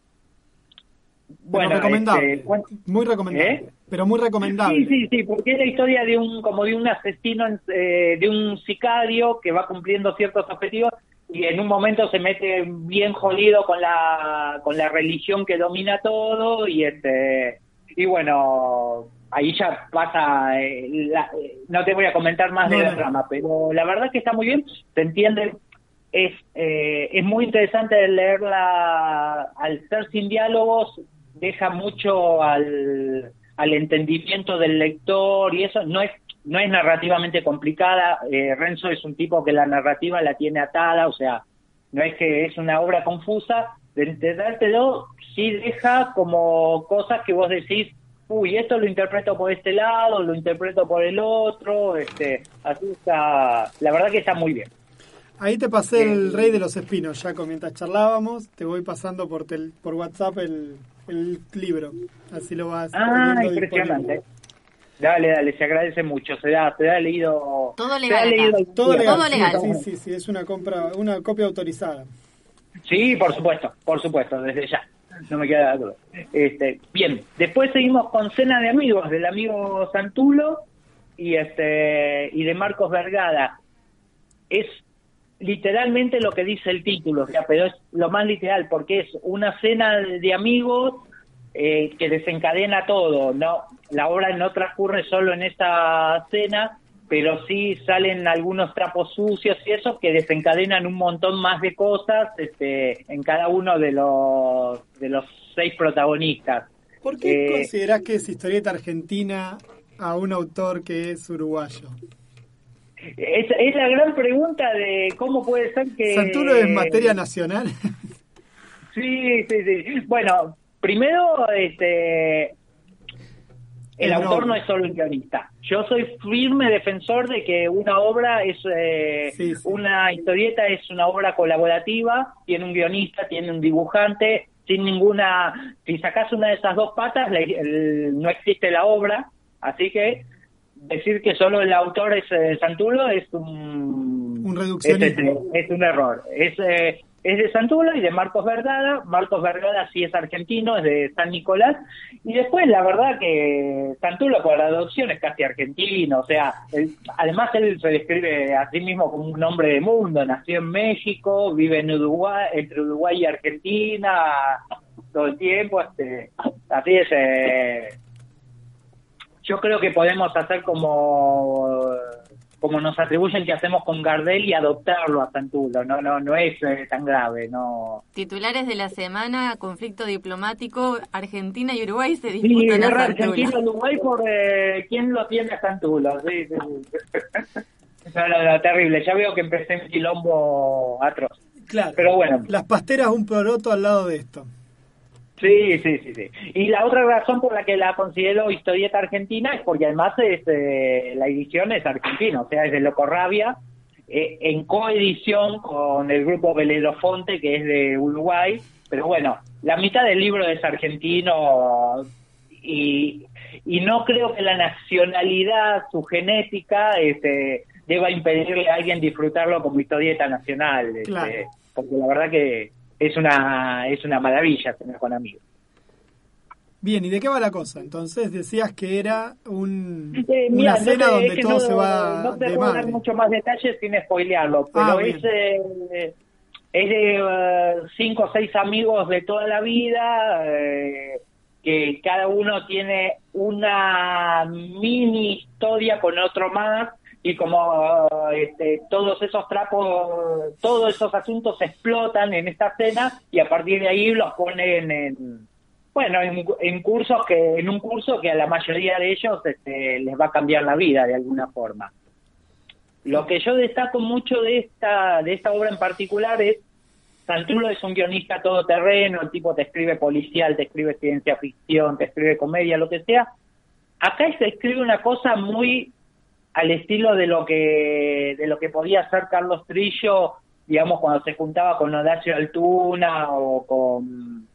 bueno, pero recomendable, este, bueno, muy recomendable, ¿eh? pero muy recomendable. Sí, sí, sí, porque es la historia de un como de un asesino, eh, de un sicario que va cumpliendo ciertos objetivos y en un momento se mete bien jodido con la con la religión que domina todo y este y bueno, ahí ya pasa, eh, la, eh, no te voy a comentar más no, de la no. trama, pero la verdad que está muy bien, se entiende. Es eh, es muy interesante leerla, al ser sin diálogos, deja mucho al, al entendimiento del lector y eso, no es no es narrativamente complicada. eh, Renzo es un tipo que la narrativa la tiene atada, o sea, no es que es una obra confusa, de entendértelo sí deja como cosas que vos decís, uy, esto lo interpreto por este lado, lo interpreto por el otro, este así está, la verdad que está muy bien. Ahí te pasé el Rey de los Espinos, Jaco, mientras charlábamos, te voy pasando por tel, por WhatsApp el, el libro, así lo vas ah, impresionante. Disponible. Dale, dale, se agradece mucho, se da, se da leído... Todo legal. Leído, todo legal, todo legal. Sí, sí, sí, es una compra, una copia autorizada. Sí, por supuesto, por supuesto, desde ya, no me queda duda. Este, bien, después seguimos con Cena de Amigos, del amigo Santulo y este y de Marcos Vergara. Es literalmente lo que dice el título, o sea, pero es lo más literal, porque es una cena de amigos eh, que desencadena todo, no, la obra no transcurre solo en esta cena, pero sí salen algunos trapos sucios y eso que desencadenan un montón más de cosas este, en cada uno de los de los seis protagonistas. ¿Por qué eh, considerás que es historieta argentina a un autor que es uruguayo? Es, es la gran pregunta de cómo puede ser que... ¿Santulo es materia nacional? Sí, sí, sí. Bueno, primero, este, el no. autor no es solo un guionista. Yo soy firme defensor de que una obra es... Eh, sí, sí. Una historieta es una obra colaborativa, tiene un guionista, tiene un dibujante, sin ninguna... Si sacás una de esas dos patas, la, el, no existe la obra, así que... Decir que solo el autor es eh, Santulo es un un reduccionismo. Es, es, es un error. Es eh, es de Santulo y de Marcos Vergara. Marcos Vergara sí es argentino, es de San Nicolás. Y después, la verdad que Santulo por adopción es casi argentino. O sea, él, además él se describe a sí mismo como un hombre de mundo. Nació en México, vive en Uruguay, entre Uruguay y Argentina todo el tiempo. Este, así es... Eh, Yo creo que podemos hacer como como nos atribuyen que hacemos con Gardel y adoptarlo a Santulo. No no no es eh, tan grave, no. Titulares de la semana: conflicto diplomático, Argentina y Uruguay se disputan sí, a Santulo. Argentina y Uruguay por eh, quién lo tiene a Santulo. Sí, sí, sí. No, no, no, terrible. Ya veo que empecé en quilombo atroz. Claro. Pero bueno. Las pasteras un poroto al lado de esto. Sí, sí, sí, sí. Y la otra razón por la que la considero historieta argentina es porque además es, eh, la edición es argentina, o sea, es de Locorrabia, eh, en coedición con el grupo Belerofonte, que es de Uruguay, pero bueno, la mitad del libro es argentino y, y no creo que la nacionalidad, su genética, este, deba impedirle a alguien disfrutarlo como historieta nacional, este, claro. Porque la verdad que es una es una maravilla tener con amigos. Bien, ¿y de qué va la cosa? Entonces decías que era un, eh, mira, una cena no te, donde es que todo no, se va no te de puedo madre. dar mucho más detalles sin spoilearlo, pero ah, es, eh, es de uh, cinco o seis amigos de toda la vida, eh, que cada uno tiene una mini historia con otro más, y como uh, este, todos esos trapos, todos esos asuntos explotan en esta cena y a partir de ahí los ponen en, bueno, en, en cursos que, en un curso que a la mayoría de ellos este, les va a cambiar la vida de alguna forma. Lo que yo destaco mucho de esta, de esta obra en particular es Santrulo es un guionista todoterreno, el tipo te escribe policial, te escribe ciencia ficción, te escribe comedia, lo que sea. Acá se escribe una cosa muy al estilo de lo que de lo que podía hacer Carlos Trillo, digamos, cuando se juntaba con Horacio Altuna o con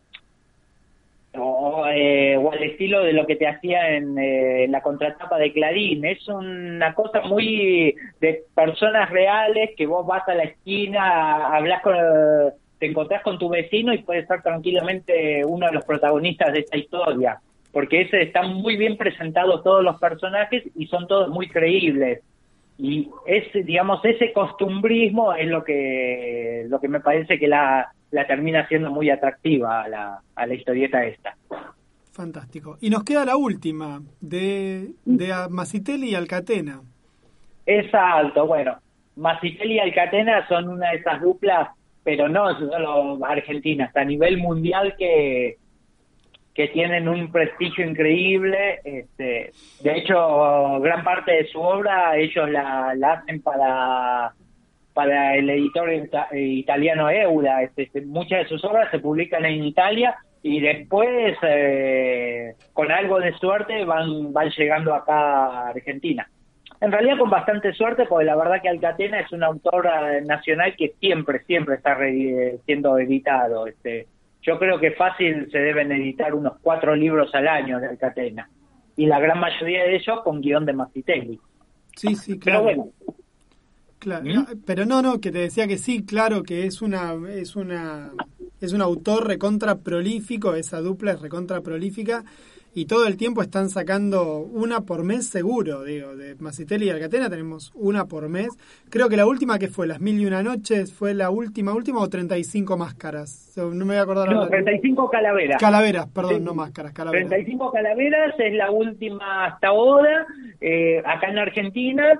o, eh, o al estilo de lo que te hacía en eh, la contratapa de Clarín. Es una cosa muy de personas reales, que vos vas a la esquina, hablas con, te encontrás con tu vecino y puedes ser tranquilamente uno de los protagonistas de esta historia, porque ese, están muy bien presentados todos los personajes y son todos muy creíbles. Y ese, digamos, ese costumbrismo es lo que lo que me parece que la, la termina siendo muy atractiva a la, a la historieta esta. Fantástico. Y nos queda la última, de, de Masitelli y Alcatena. Exacto, bueno, Masitelli y Alcatena son una de esas duplas, pero no solo argentinas, a nivel mundial que... que tienen un prestigio increíble. Este, de hecho, gran parte de su obra ellos la, la hacen para para el editor ita- italiano Euda. Este, muchas de sus obras se publican en Italia y después, eh, con algo de suerte, van van llegando acá a Argentina. En realidad con bastante suerte, porque la verdad que Alcatena es un autor eh, nacional que siempre, siempre está re- siendo editado. Este, Yo creo que fácil se deben editar unos cuatro libros al año de Alcatena. Y la gran mayoría de ellos con guión de Masitelli. Sí, sí, claro. Pero bueno. Claro, ¿Mm? no, pero no, no, que te decía que sí, claro, que es una es una es un autor recontra prolífico, esa dupla es recontra prolífica y todo el tiempo están sacando una por mes seguro, digo, de Masitelli y Alcatena tenemos una por mes. Creo que la última que fue, Las Mil y Una Noches, fue la última, última o treinta y cinco máscaras. No me voy a acordar. No, ahora. treinta y cinco calaveras. Calaveras, perdón, Sí. no máscaras, calaveras. treinta y cinco calaveras es la última hasta ahora, eh, acá en Argentina,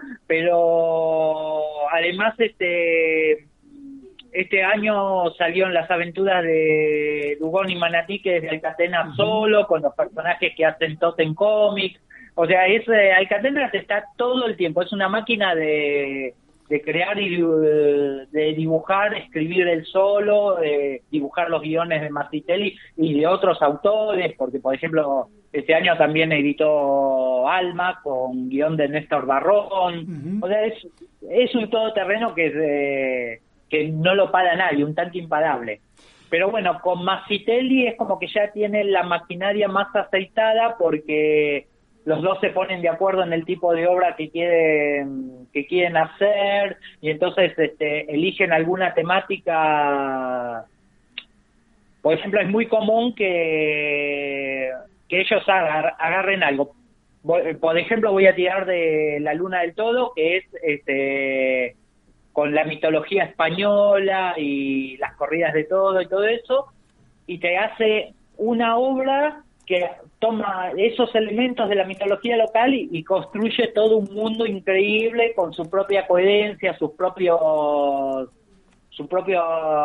pero además este este año salieron Las Aventuras de Dugón y Manatí, que es de Alcatena uh-huh. solo, con los personajes que hacen Totem Comics. O sea, es eh, Alcatena está todo el tiempo, es una máquina de, de crear y de dibujar, escribir él solo, de dibujar los guiones de Masitelli y de otros autores, porque por ejemplo este año también editó Alma con guión de Néstor Barrón. Uh-huh. O sea, es, es un todoterreno que es de, que no lo para nadie, un tanto imparable. Pero bueno, con Masitelli es como que ya tiene la maquinaria más aceitada, porque los dos se ponen de acuerdo en el tipo de obra que quieren que quieren hacer, y entonces este, eligen alguna temática. Por ejemplo, es muy común que, que ellos agar, agarren algo. Por ejemplo, voy a tirar de La Luna del Todo, que es este con la mitología española y las corridas de todo y todo eso, y te hace una obra que toma esos elementos de la mitología local y, y construye todo un mundo increíble con su propia coherencia, sus propios su propia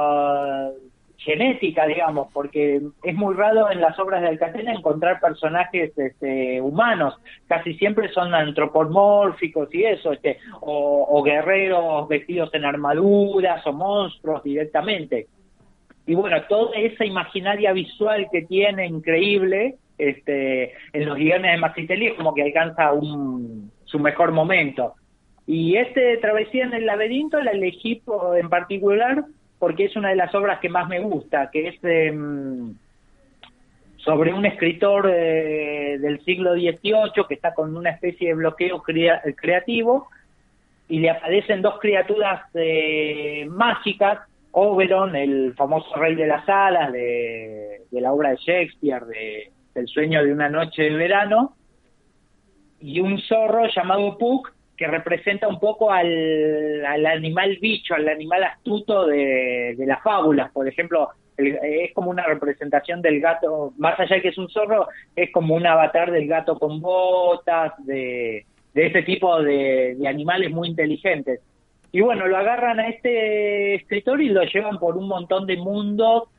genética, digamos, porque es muy raro en las obras de Alcatena encontrar personajes este, humanos, casi siempre son antropomórficos y eso, este, o, o guerreros vestidos en armaduras o monstruos directamente. Y bueno, toda esa imaginaria visual que tiene increíble este, en los guiones de Masitelli es como que alcanza un, su mejor momento. Y este Travesía en el Laberinto la elegí por, en particular porque es una de las obras que más me gusta, que es eh, sobre un escritor eh, del siglo dieciocho que está con una especie de bloqueo crea- creativo y le aparecen dos criaturas eh, mágicas, Oberon, el famoso rey de las alas de, de la obra de Shakespeare, de, del sueño de una noche de verano, y un zorro llamado Puck, que representa un poco al, al animal bicho, al animal astuto de, de las fábulas. Por ejemplo, el, es como una representación del gato, más allá de que es un zorro, es como un avatar del gato con botas, de, de ese tipo de, de animales muy inteligentes. Y bueno, lo agarran a este escritor y lo llevan por un montón de mundos,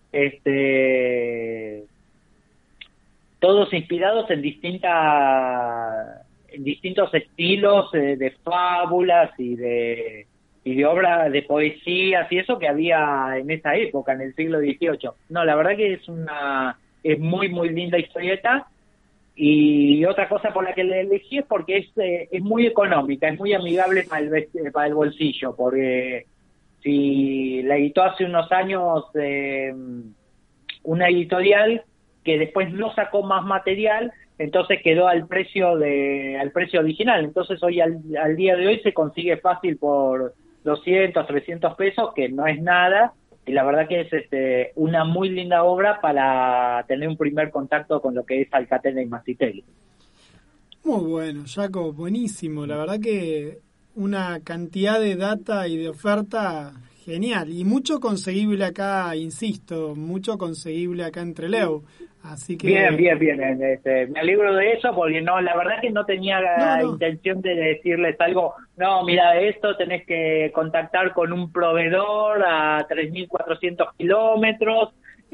este, todos inspirados en distintas, en distintos estilos eh, de fábulas y de y de obras de poesías y eso que había en esa época, en el siglo dieciocho. No, la verdad que es una es muy, muy linda historieta. Y otra cosa por la que le elegí es porque es, eh, es muy económica, es muy amigable para el, para el bolsillo, porque si la editó hace unos años eh, una editorial que después no sacó más material, entonces quedó al precio de al precio original. Entonces hoy al, al día de hoy se consigue fácil por doscientos, trescientos pesos, que no es nada, y la verdad que es este, una muy linda obra para tener un primer contacto con lo que es Alcatena y Masitelli. Muy bueno, Jaco, buenísimo. La verdad que una cantidad de data y de oferta genial. Y mucho conseguible acá, insisto, mucho conseguible acá en Trelew. Así que... Bien, bien, bien. Este, me alegro de eso porque no, la verdad que no tenía la no, no. intención de decirles algo. No, mira, esto tenés que contactar con un proveedor a tres mil cuatrocientos kilómetros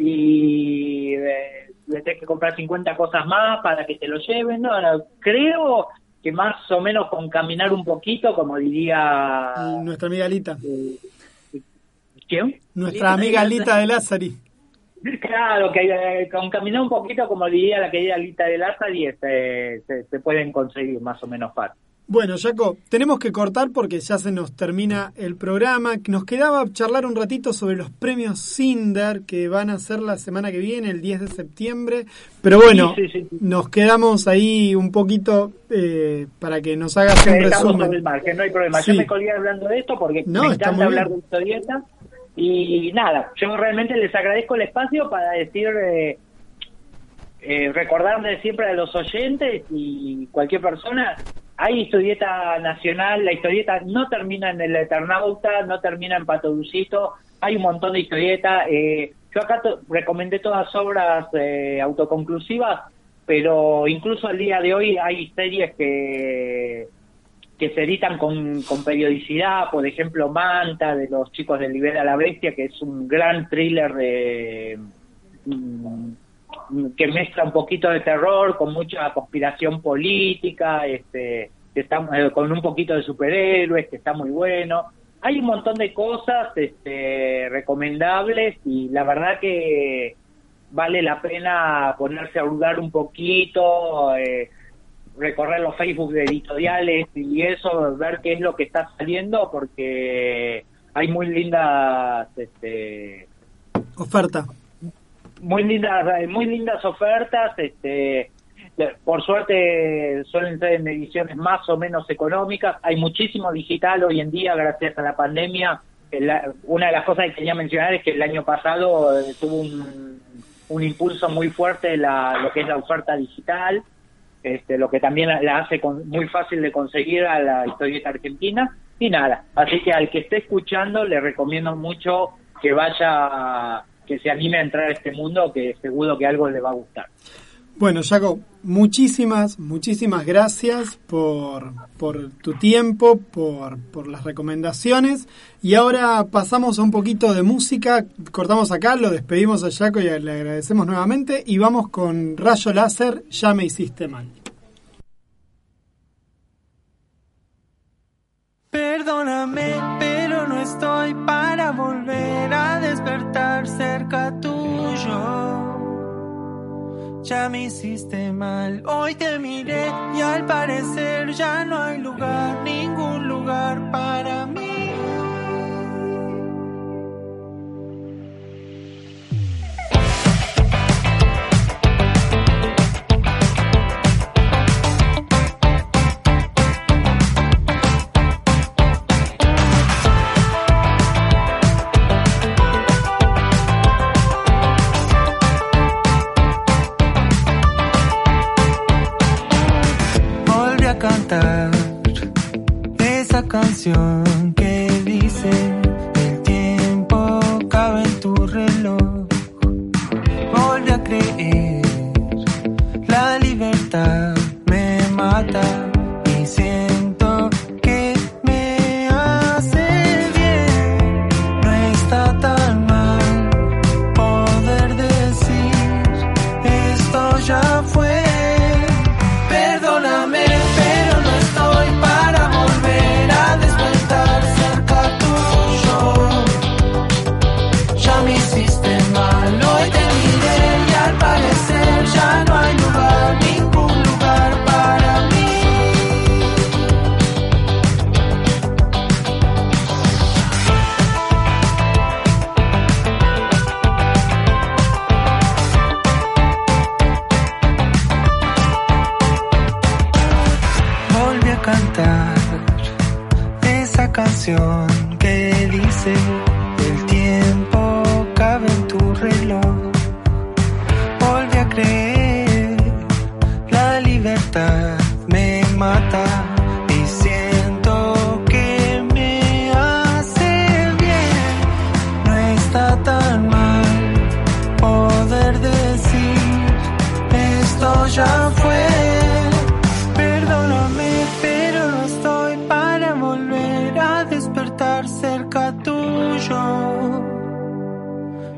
y eh, le tenés que comprar cincuenta cosas más para que te lo lleven. No, no, creo que más o menos con caminar un poquito, como diría... Y nuestra amiga Lita. Eh, ¿Quién? Nuestra amiga Lita de Lázari. Claro, que eh, con caminar un poquito, como diría la querida Lita de Lázari, este, se, se pueden conseguir más o menos fácil. Bueno, Jaco, tenemos que cortar porque ya se nos termina el programa. Nos quedaba charlar un ratito sobre los premios Cinder que van a ser la semana que viene, el diez de septiembre. Pero bueno, sí, sí, sí. Nos quedamos ahí un poquito eh, para que nos hagas un resumen. Sobre el margen, no hay problema. Sí. Yo me colgué hablando de esto porque no, me encanta hablar de historietas. Y nada, yo realmente les agradezco el espacio para decir, eh, eh, recordarles siempre a los oyentes y cualquier persona, hay historieta nacional, la historieta no termina en el Eternauta, no termina en Pato Dulcito, hay un montón de historietas. Eh, yo acá to- recomendé todas obras eh, autoconclusivas, pero incluso al día de hoy hay series que... que se editan con, con periodicidad, por ejemplo Manta, de los chicos de Libera a la Bestia, que es un gran thriller de, mm, que mezcla un poquito de terror con mucha conspiración política, este, que está, eh, con un poquito de superhéroes, que está muy bueno. Hay un montón de cosas este, recomendables y la verdad que vale la pena ponerse a dudar un poquito, eh, recorrer los Facebook de editoriales y eso, ver qué es lo que está saliendo, porque hay muy lindas este oferta muy lindas muy lindas ofertas. Este por suerte suelen ser en ediciones más o menos económicas. Hay muchísimo digital hoy en día gracias a la pandemia. La, una de las cosas que quería mencionar es que el año pasado eh, tuvo un, un impulso muy fuerte la, lo que es la oferta digital. Este, lo que también la hace con, muy fácil de conseguir a la historieta argentina. Y nada, así que al que esté escuchando le recomiendo mucho que vaya, que se anime a entrar a este mundo, que seguro que algo le va a gustar. Bueno, Jaco, muchísimas, muchísimas gracias por, por tu tiempo, por, por las recomendaciones. Y ahora pasamos a un poquito de música. Cortamos acá, lo despedimos a Jaco y le agradecemos nuevamente. Y vamos con Rayo Láser, Ya me hiciste mal. Perdóname, pero no estoy para volver a despertar cerca tuyo. Ya me hiciste mal, hoy te miré y al parecer ya no hay lugar, ningún lugar para mí. Cantar esa canción que dice el tiempo cabe en tu reloj. Volví a creer, la libertad me mata y siento que me hace bien. No está tan mal poder decir esto ya fue. Perdóname, para volver a despertar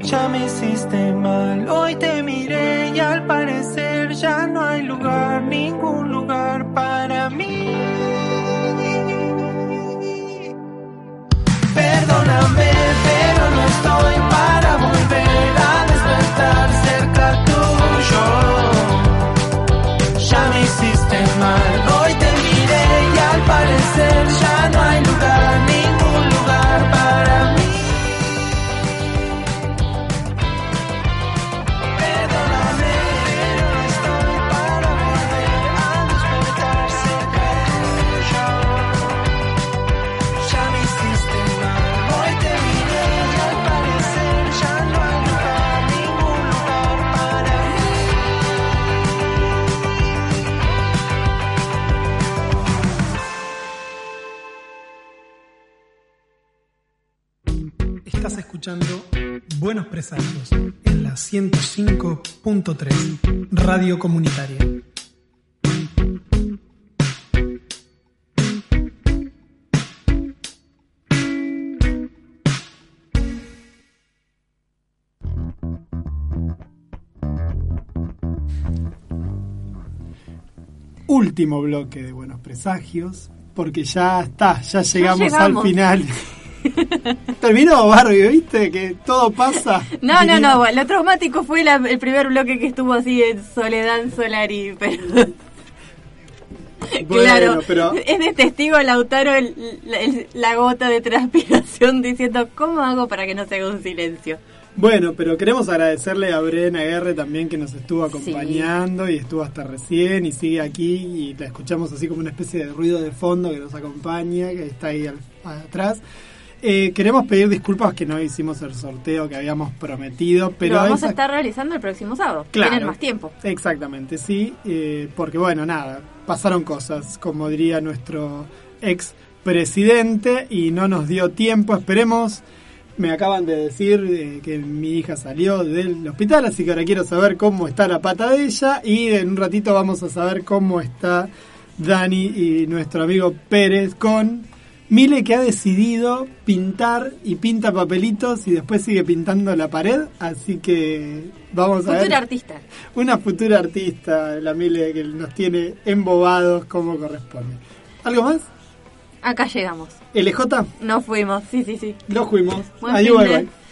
Ya me hiciste mal, hoy te miré y al parecer ya no hay lugar, ningún lugar para mí. Perdóname, pero no estoy para volver a despertar cerca tuyo. Ya me hiciste mal, hoy te miré y al parecer ya no hay lugar, ningún lugar para mí. Perdóname, pero no estoy para volver a despertar cerca tuyo. Ya me hiciste mal, hoy te miré y al parecer ya no hay lugar, ningún lugar para mí. Estás escuchando Buenos Presagios en la ciento cinco punto tres Radio Comunitaria. Último bloque de Buenos Presagios, porque ya está, ya llegamos, Ya llegamos. al final. Terminó, Barbie, ¿viste? Que todo pasa. No, no, no, lo traumático fue la- el primer bloque que estuvo así en Soledad Solari, pero... Bueno, claro, pero- es de testigo Lautaro el- la, el- la gota de transpiración diciendo, ¿cómo hago para que no se haga un silencio? Bueno, pero queremos agradecerle a Brena Aguerre también, que nos estuvo acompañando y estuvo hasta recién y sigue aquí y la escuchamos así como una especie de ruido de fondo que nos acompaña, que está ahí al- atrás. Eh, queremos pedir disculpas que no hicimos el sorteo que habíamos prometido, pero Lo vamos esa- a estar realizando el próximo sábado. Claro. Tienen más tiempo. Exactamente, sí, eh, porque bueno, nada, pasaron cosas, como diría nuestro ex presidente, y no nos dio tiempo. Esperemos, me acaban de decir eh, que mi hija salió del hospital, así que ahora quiero saber cómo está la pata de ella, y en un ratito vamos a saber cómo está Dani y nuestro amigo Pérez con Mile, que ha decidido pintar y pinta papelitos y después sigue pintando la pared, así que vamos a ver. Futura artista. Una futura artista, la Mile, que nos tiene embobados como corresponde. ¿Algo más? Acá llegamos. ¿L J? Nos fuimos, sí, sí, sí. Nos fuimos. Buen Adiós, fin bye, de- bye.